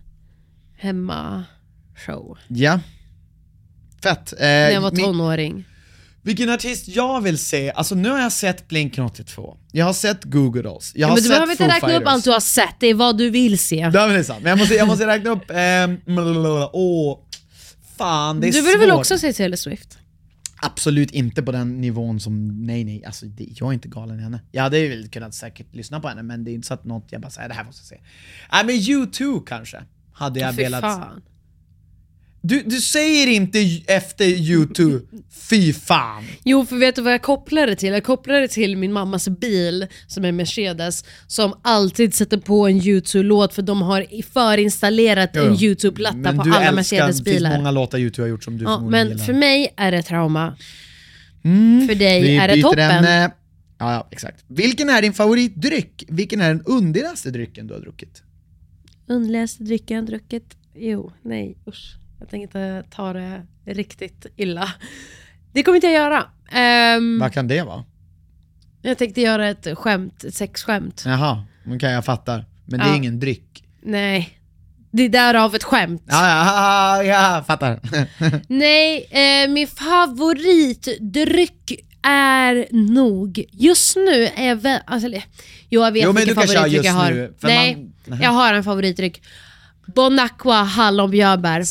hemmashow Ja. Fett. Eh, när jag var min- tonåring. Vilken artist jag vill se, alltså nu har jag sett Blink one eighty-two. Jag har sett Goo Goo Dolls. Jag Ja, har men du sett behöver inte Foo räkna upp Fighters. allt du har sett, det är vad du vill se. Ja, men det är sant. Men jag måste, jag måste räkna upp, ehm, åh, fan det är Du svårt. vill väl också se Taylor Swift? Absolut inte på den nivån som, nej nej, alltså det, jag är inte galen i henne. Jag hade ju väl kunnat säkert lyssna på henne, men det är inte så att något jag bara säger, det här måste jag se. Nej men U two kanske, hade jag Fy velat. fan. Du, du säger inte efter U two, fy fan. Jo, för vet du vad jag kopplar det till? Jag kopplar det till min mammas bil, som är Mercedes, som alltid sätter på en YouTube-låt, för de har förinstallerat Jo, en jo. YouTube-platta Men på du alla älskar, det finns Mercedes-bilar. många låtar U two har gjort som du Ja, förmodligen men gillar. för mig är det trauma. Mm, För dig vi är det byter toppen. ämne. Ja, ja, exakt. Vilken är din favoritdryck? Vilken är den underligaste drycken du har druckit? Underligaste drycken jag druckit? Jo, nej, usch. Jag tänker inte ta det riktigt illa. Det kommer inte jag göra. Ehm, Vad kan det vara? jag tänkte göra ett skämt, ett sexskämt. Jaha, okej okay, jag fattar. Men det är Ja. ingen dryck. Nej, det är därav ett skämt. Ja, ja, ja, jag fattar. Nej, eh, min favoritdryck är nog, just nu är jag väl, alltså, eller, jo jag vet Jo, men vilken du kan köra favoritdryck jag just har. nu, för Nej, man- Nähä. jag har en favoritdryck. Bon Aqua hallonbjörnbär.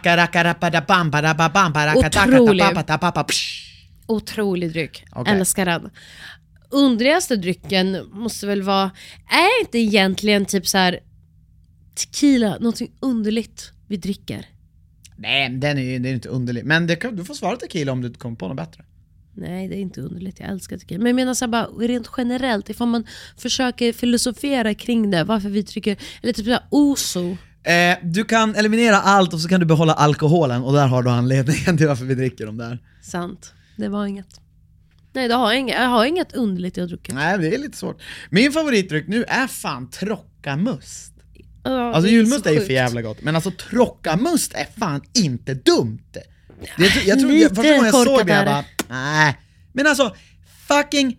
Smackarakarappadabamparabamparakatakatapapatapapa. Otrolig dryck. Okej. Älskar den. Underligaste drycken måste väl vara, är inte egentligen typ så här tequila någonting underligt vi dricker? Nej, den är ju det är inte underlig. Men det kan, du får svara tequila om du inte kommer på något bättre. Nej, det är inte underligt. Jag älskar tequila. Men jag menar så här bara rent generellt, ifall man försöker filosofera kring det, varför vi dricker, eller typ så här oso. Eh, du kan eliminera allt och så kan du behålla alkoholen, och där har du anledningen till varför vi dricker dem där. Sant, det var inget. Nej, det har jag inget. Jag har inget underligt jag druckit. Nej, det är lite svårt. Min favoritdryck nu är fan Trockamust. Ja, Alltså julmust är, är ju sjukt. för jävla gott, men alltså Trockamust är fan inte dumt. Det, jag, jag tror Lite jag, första gången jag såg korkat det, jag är bara, nej. Men alltså, fucking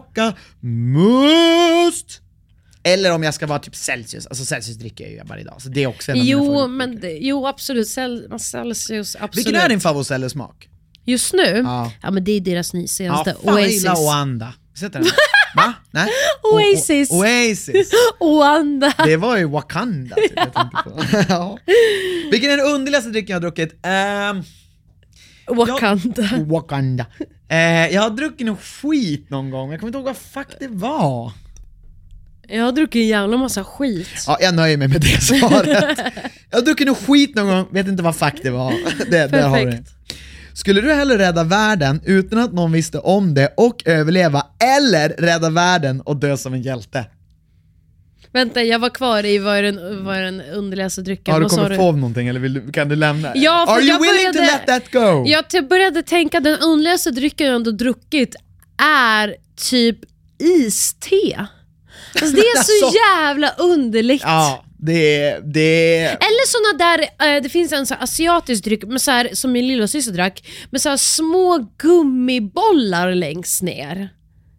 Trockamust. Eller om jag ska vara typ Celsius. Alltså Celsius dricker jag ju varje dag, så det är också en av mina Jo, favoritdrycker. men det, jo absolut. Cel- Celsius, absolut. Vilken är din favoritcellesmak? Just nu? Ja. Ja, men det är deras Ja, nysenaste. fan jag Oasis. gillar Oanda. Sätter den? Va? Nej? Oasis. O- o- Oasis. Oanda. Det var ju Wakanda typ, jag tänkte på. Ja. Vilken är den underligaste drycken jag har druckit? Um, Wakanda. jag, Wakanda. Uh, jag har druckit någon skit någon gång, jag kommer inte ihåg vad fuck det var. Jag har druckit en jävla massa skit. Ja, jag nöjer mig med det svaret. Jag har druckit någon skit någon gång, vet inte vad fuck det var. Det, där har du det. Skulle du hellre rädda världen utan att någon visste om det och överleva, eller rädda världen och dö som en hjälte? Vänta, jag var kvar i vad är den, vad är den underligaste drycken. Har du Vad sa kommit på någonting eller vill du, kan du lämna? Ja, för Are you jag willing började- to let that go? Jag t- började tänka, den underligaste drycken jag ändå druckit är typ iste. Alltså det är så Alltså- jävla underligt. Ja, det det Eller såna där, eh, det finns en så här asiatisk dryck med så här, som min lilla syster drack, med så här små gummibollar längst ner.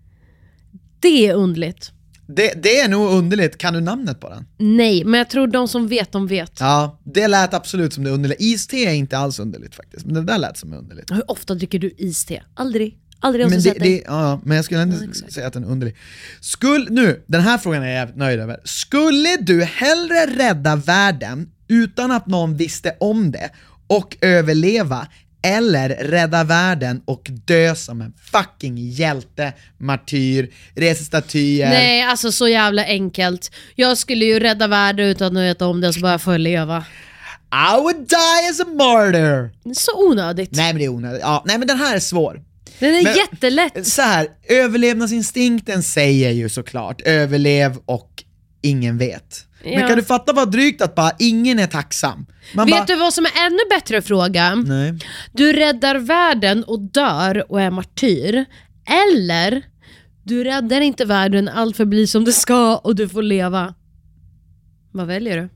Det är underligt. det, det är nog underligt. Kan du namnet på den? Nej, men jag tror de som vet, de vet. Ja, det lät absolut som det underligt. Iste är inte alls underligt faktiskt, men det där lät som underligt. Hur ofta dricker du iste? Aldrig. Aldrig Men, någonsin det, sett dig. det, ja, men jag skulle ändå Ja, exakt. säga att den är underlig. Skulle, nu, den här frågan är jag jävligt nöjd över. Skulle du hellre rädda världen utan att någon visste om det och överleva, eller rädda världen och dö som en fucking hjälte, martyr, resa statyer? Nej, alltså så jävla enkelt. Jag skulle ju rädda världen utan att veta om det, så bara få leva. I would die as a martyr. Så onödigt. Nej men det är onödigt. Ja, nej men den här är svår. Den är Men- jättelätt. Så här, överlevnadsinstinkten säger ju såklart överlev och ingen vet. Men Ja. kan du fatta vad drygt att bara ingen är tacksam? Man Vet bara, du vad som är ännu bättre fråga? nej. Du räddar världen och dör och är martyr. Eller du räddar inte världen, allt förblir som det ska och du får leva. Vad väljer du?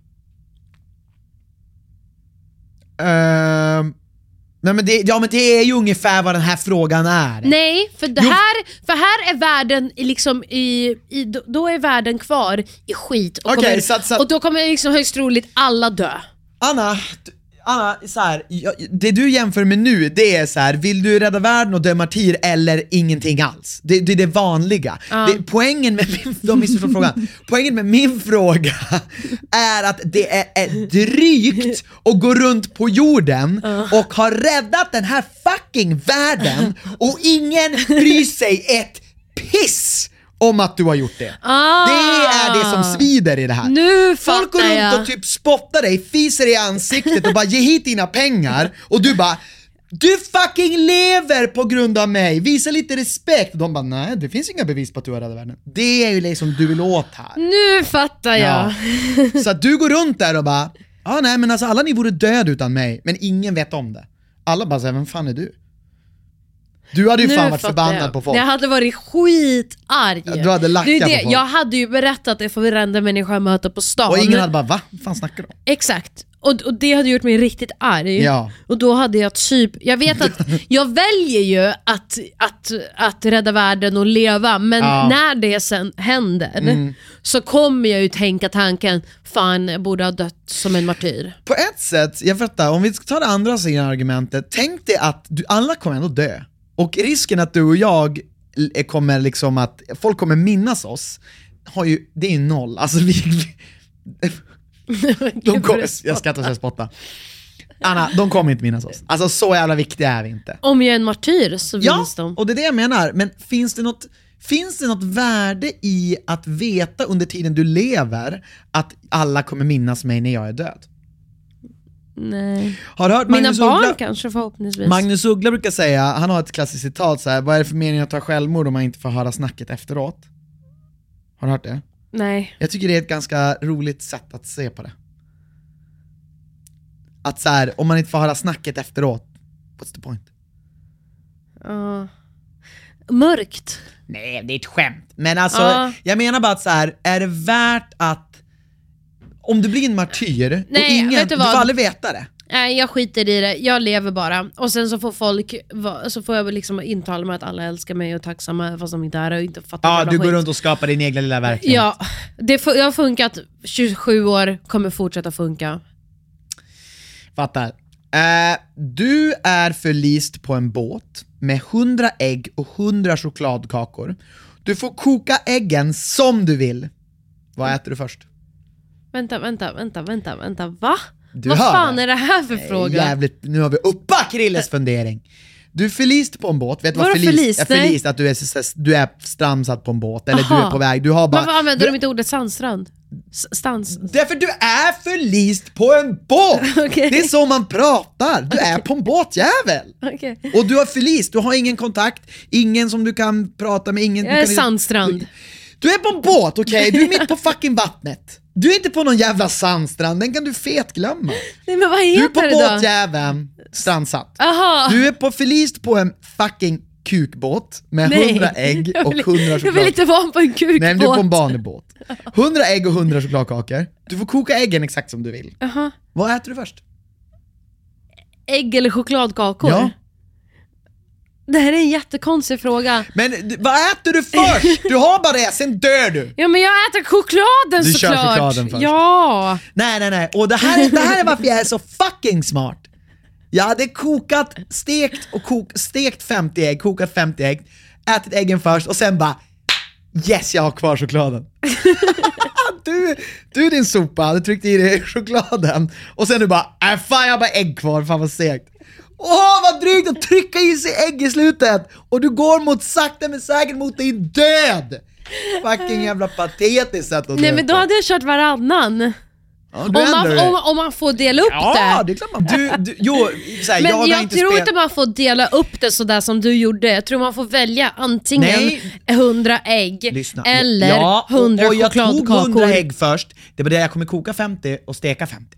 Ehm, nej men det, ja men det är ju ungefär vad den här frågan är. Nej, för, det Jo. här, för här är världen i liksom i, i, då- då är världen kvar i skit och, Okej, kommer, så att- så att- och då kommer liksom högst troligt alla dö. Anna, d- Anna, så här, jag, det du jämför med nu, det är så här: vill du rädda världen och dö martyr eller ingenting alls? Det, det är det vanliga. Det, poängen med min, de missförstår frågan. Poängen med min fråga är att det är, är drygt att gå runt på jorden och ha räddat den här fucking världen och ingen bryr sig ett piss om att du har gjort det. Ah. Det är det som svider i det här. Nu Folk går fattar runt jag. och typ spottar dig, fiser i ansiktet och bara ge hit dina pengar, och du bara, du fucking lever på grund av mig, visa lite respekt. Och de bara, nej det finns inga bevis på att du har räddat världen. Det är ju liksom du vill åt här. Nu fattar jag. Ja. Så att du går runt där och bara, ja ah, nej men alltså alla ni vore död utan mig, men ingen vet om det. Alla bara säger, vem fan är du? Du hade ju Nu fan varit fattar förbannad jag. på folk. Jag hade varit skitarg. Ja, du hade lackat Det är det. på folk. Jag hade ju berättat det för varenda människa jag möter på stan. Och ingen hade bara, va? Vad fan snackar du om? Exakt. Och, och det hade gjort mig riktigt arg. Ja. Och då hade jag typ, jag vet att jag väljer ju att, att, att rädda världen och leva, men Ja. när det sen händer så kommer jag ju tänka tanken, fan jag borde ha dött som en martyr. På ett sätt, jag fattar, om vi ska ta det andra sidan argumentet, tänk dig att du, alla kommer ändå dö. Och risken att du och jag l- kommer liksom att, folk kommer minnas oss, har ju, det är ju noll. Alltså vi... de kommer, jag skrattar så jag spottar. Anna, de kommer inte minnas oss. Alltså så jävla viktiga är vi inte. Om jag är en martyr så Ja, minns de. och det är det jag menar. Men finns det något, finns det något värde i att veta under tiden du lever att alla kommer minnas mig när jag är död? Nej. Har du hört Mina Magnus barn Uggla? kanske förhoppningsvis. Magnus Uggla brukar säga, han har ett klassiskt citat så här: vad är det för mening att ta självmord om man inte får höra snacket efteråt? Har du hört det? Nej. Jag tycker det är ett ganska roligt sätt att se på det. Att så här, om man inte får höra snacket efteråt, what's the point? Uh, mörkt. Nej, det är ett skämt. Men alltså, uh. jag menar bara att så här, är det värt att om du blir en martyr Nej, och ingen, vet du du vad? får aldrig veta det. Nej, jag skiter i det. Jag lever bara. Och sen så får folk, så får jag väl liksom intala mig att alla älskar mig och är tacksamma fast de inte är och inte fattar. Ja, du går skit. runt och skapar din egna lilla verklighet. Ja, det jag har funkat tjugosju år, kommer fortsätta funka. Fattar. Uh, du är förlist på en båt med hundra ägg och hundra chokladkakor. Du får koka äggen som du vill. Vad äter du först? Vänta, vänta, vänta, vänta, vänta, va? Du Vad hör fan det. är det här för fråga? Jävligt, nu har vi uppa Krilles fundering. Du är förlist på en båt. Vet du vad Vadå förlist? förlist? Är förlist att du är, du är strandsatt på en båt. Eller Aha. du är på väg. Du har bara... Varför använder du, de inte ordet sandstrand? S- Stans? Därför du är förlist på en båt! Okej. Det är så man pratar. Du är på en båtjävel. Okay. Och du har förlist. Du har ingen kontakt. Ingen som du kan prata med. Ingen, Jag du är kan, sandstrand. Du, du är på en båt, okej? Okay? Du är mitt på fucking vattnet. Du är inte på någon jävla sandstrand. Den kan du fet glömma. Nej, men vad Du heter är på det då? båtjäveln, strandsatt. Aha. Du är på förlist på en fucking kukbåt med Nej. hundra ägg Jag och vill- hundra Jag vill choklad. inte vara på en kukbåt. Nej, men du är på en banebåt. hundra ägg och hundra chokladkakor. Du får koka äggen exakt som du vill. Aha. Vad äter du först? Ägg eller chokladkakor? Ja. Det här är en jättekonstig fråga. Men d- vad äter du först? Du har bara det, sen dör du. Ja, men jag äter chokladen Du kör såklart. chokladen först. Ja. Nej, nej, nej. Och det här, är, det här är varför jag är så fucking smart. Jag hade kokat, stekt och kok, stekt femtio ägg, kokat femtio ägg, ätit äggen först och sen bara yes, jag har kvar chokladen. du, du din sopa hade tryckt i dig chokladen och sen du bara, äh fan jag har bara ägg kvar, fan vad segt. Åh vad drygt att trycka i sig ägg i slutet och du går mot sakta men säkert mot din död. Fucking jävla patetiskt sätt att dö Nej, men då på. hade jag kört varannan. Ja, Om du ändrar man, det. om, om man får dela upp Ja, det. det är klart man... Du, du, jo, såhär, Men jag, jag, har inte tror spel... inte man får dela upp det sådär som du gjorde. Jag tror man får välja antingen Nej. hundra ägg Lyssna. eller ja, och, hundra och jag tog chokladkakor. hundra ägg först. Det var det jag kommer koka femtio och steka femtio.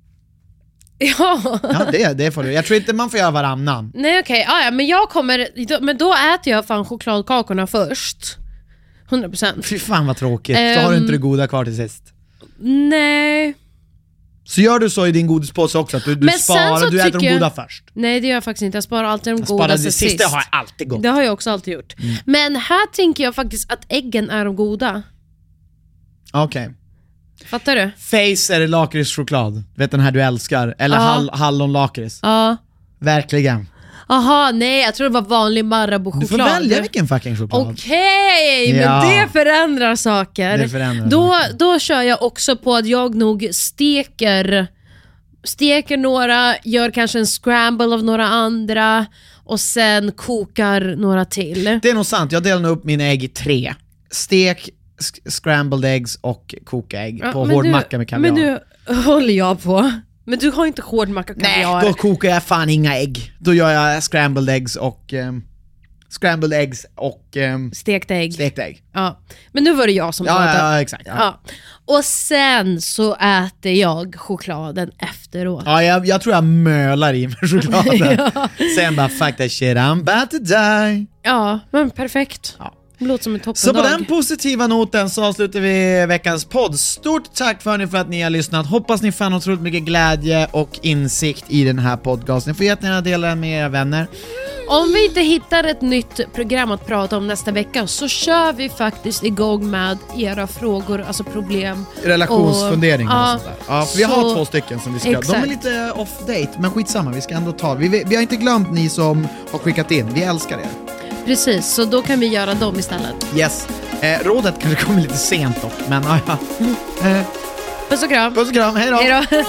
Ja. Ja, det, det får du. Jag tror inte man får göra varannan. Nej, okej. Okay. Ja, men jag kommer... Men då äter jag fan chokladkakorna först. hundra procent. Fy fan vad tråkigt. Så har du Ehm. inte det goda kvar till sist. Nej. Så gör du så i din godispåse också, att du, du Men sen sparar, så du äter de tycker goda jag- först. Nej, det gör jag faktiskt inte. Jag sparar alltid de Jag sparar godaste det sist. sista har jag alltid gått. Det har jag också alltid gjort. Mm. Men här tänker jag faktiskt att äggen är de goda. Okej. Fattar du? Face är lakritschoklad. Vet den här du älskar. Eller Ja. hall, hallonlakrits. Ja. Verkligen. Aha, nej, jag tror det var vanlig Marabou-choklad. Du får välja vilken fucking choklad. Okej, Ja. men det förändrar saker. Det förändrar då, saker. då kör jag också på att jag nog steker Steker några, gör kanske en scramble av några andra och sen kokar några till. Det är nog sant, jag delar nog upp mina ägg i tre. Stek, sk- scrambled eggs och kokägg Ja, på men hård nu- macka med kaviar. Men nu håller jag på. Men du har inte hård macka Nej, kaviar. då kokar jag fan inga ägg. Då gör jag scrambled eggs och um, scrambled eggs och um, Stekt ägg. stekt ägg. Ja. Men nu var det jag som Ja, pratade. ja, ja, exakt. Ja. Ja. Och sen så äter jag chokladen efteråt. Ja, jag, jag tror jag mölar i med chokladen. Sen bara, fuck that shit, I'm about to die. Ja, men perfekt. Ja. Det låter som en toppendag. Så på den positiva noten så avslutar vi veckans podd. Stort tack för, för att ni har lyssnat. Hoppas ni fann otroligt mycket glädje och insikt i den här podcasten. Ni får jättegärna dela den med era vänner. Om vi inte hittar ett nytt program att prata om nästa vecka så kör vi faktiskt igång med era frågor, alltså problem. Relationsfunderingar och, Och- och sånt där. Ja, för vi så- har två stycken som vi ska... Exakt. De är lite off-date, men skitsamma, vi ska ändå ta det. Vi, vi har inte glömt ni som har skickat in. Vi älskar er. Precis, så då kan vi göra dem istället. Yes. Eh, rådet kanske kommer lite sent dock, men ja, ja. Eh, Puss och kram. puss och kram, hej då! Hej då.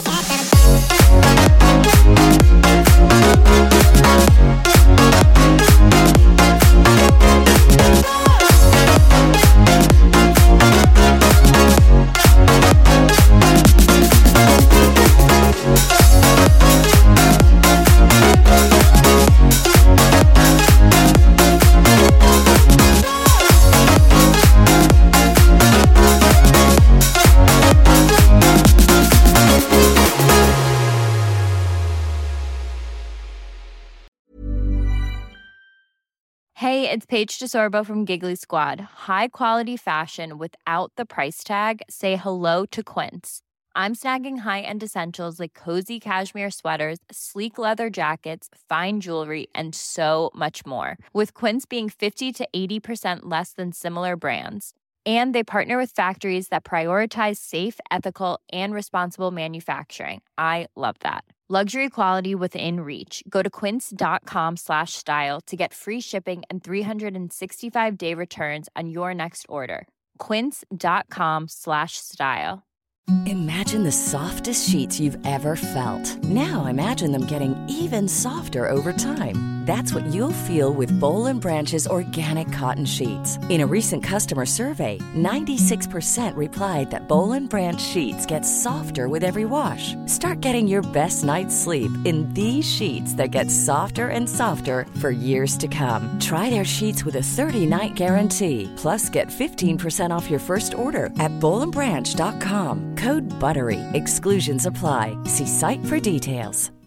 Hey, it's Paige DeSorbo from Giggly Squad. High quality fashion without the price tag. Say hello to Quince. I'm snagging high-end essentials like cozy cashmere sweaters, sleek leather jackets, fine jewelry, and so much more. With Quince being fifty to eighty percent less than similar brands. And they partner with factories that prioritize safe, ethical, and responsible manufacturing. I love that. Luxury quality within reach. Go to quince.com slash style to get free shipping and three sixty-five day returns on your next order. Quince.com slash style. Imagine the softest sheets you've ever felt. Now imagine them getting even softer over time. That's what you'll feel with Boll and Branch's organic cotton sheets. In a recent customer survey, ninety-six percent replied that Boll and Branch sheets get softer with every wash. Start getting your best night's sleep in these sheets that get softer and softer for years to come. Try their sheets with a thirty-night guarantee. Plus, get fifteen percent off your first order at boll and branch dot com. Code BUTTERY. Exclusions apply. See site for details.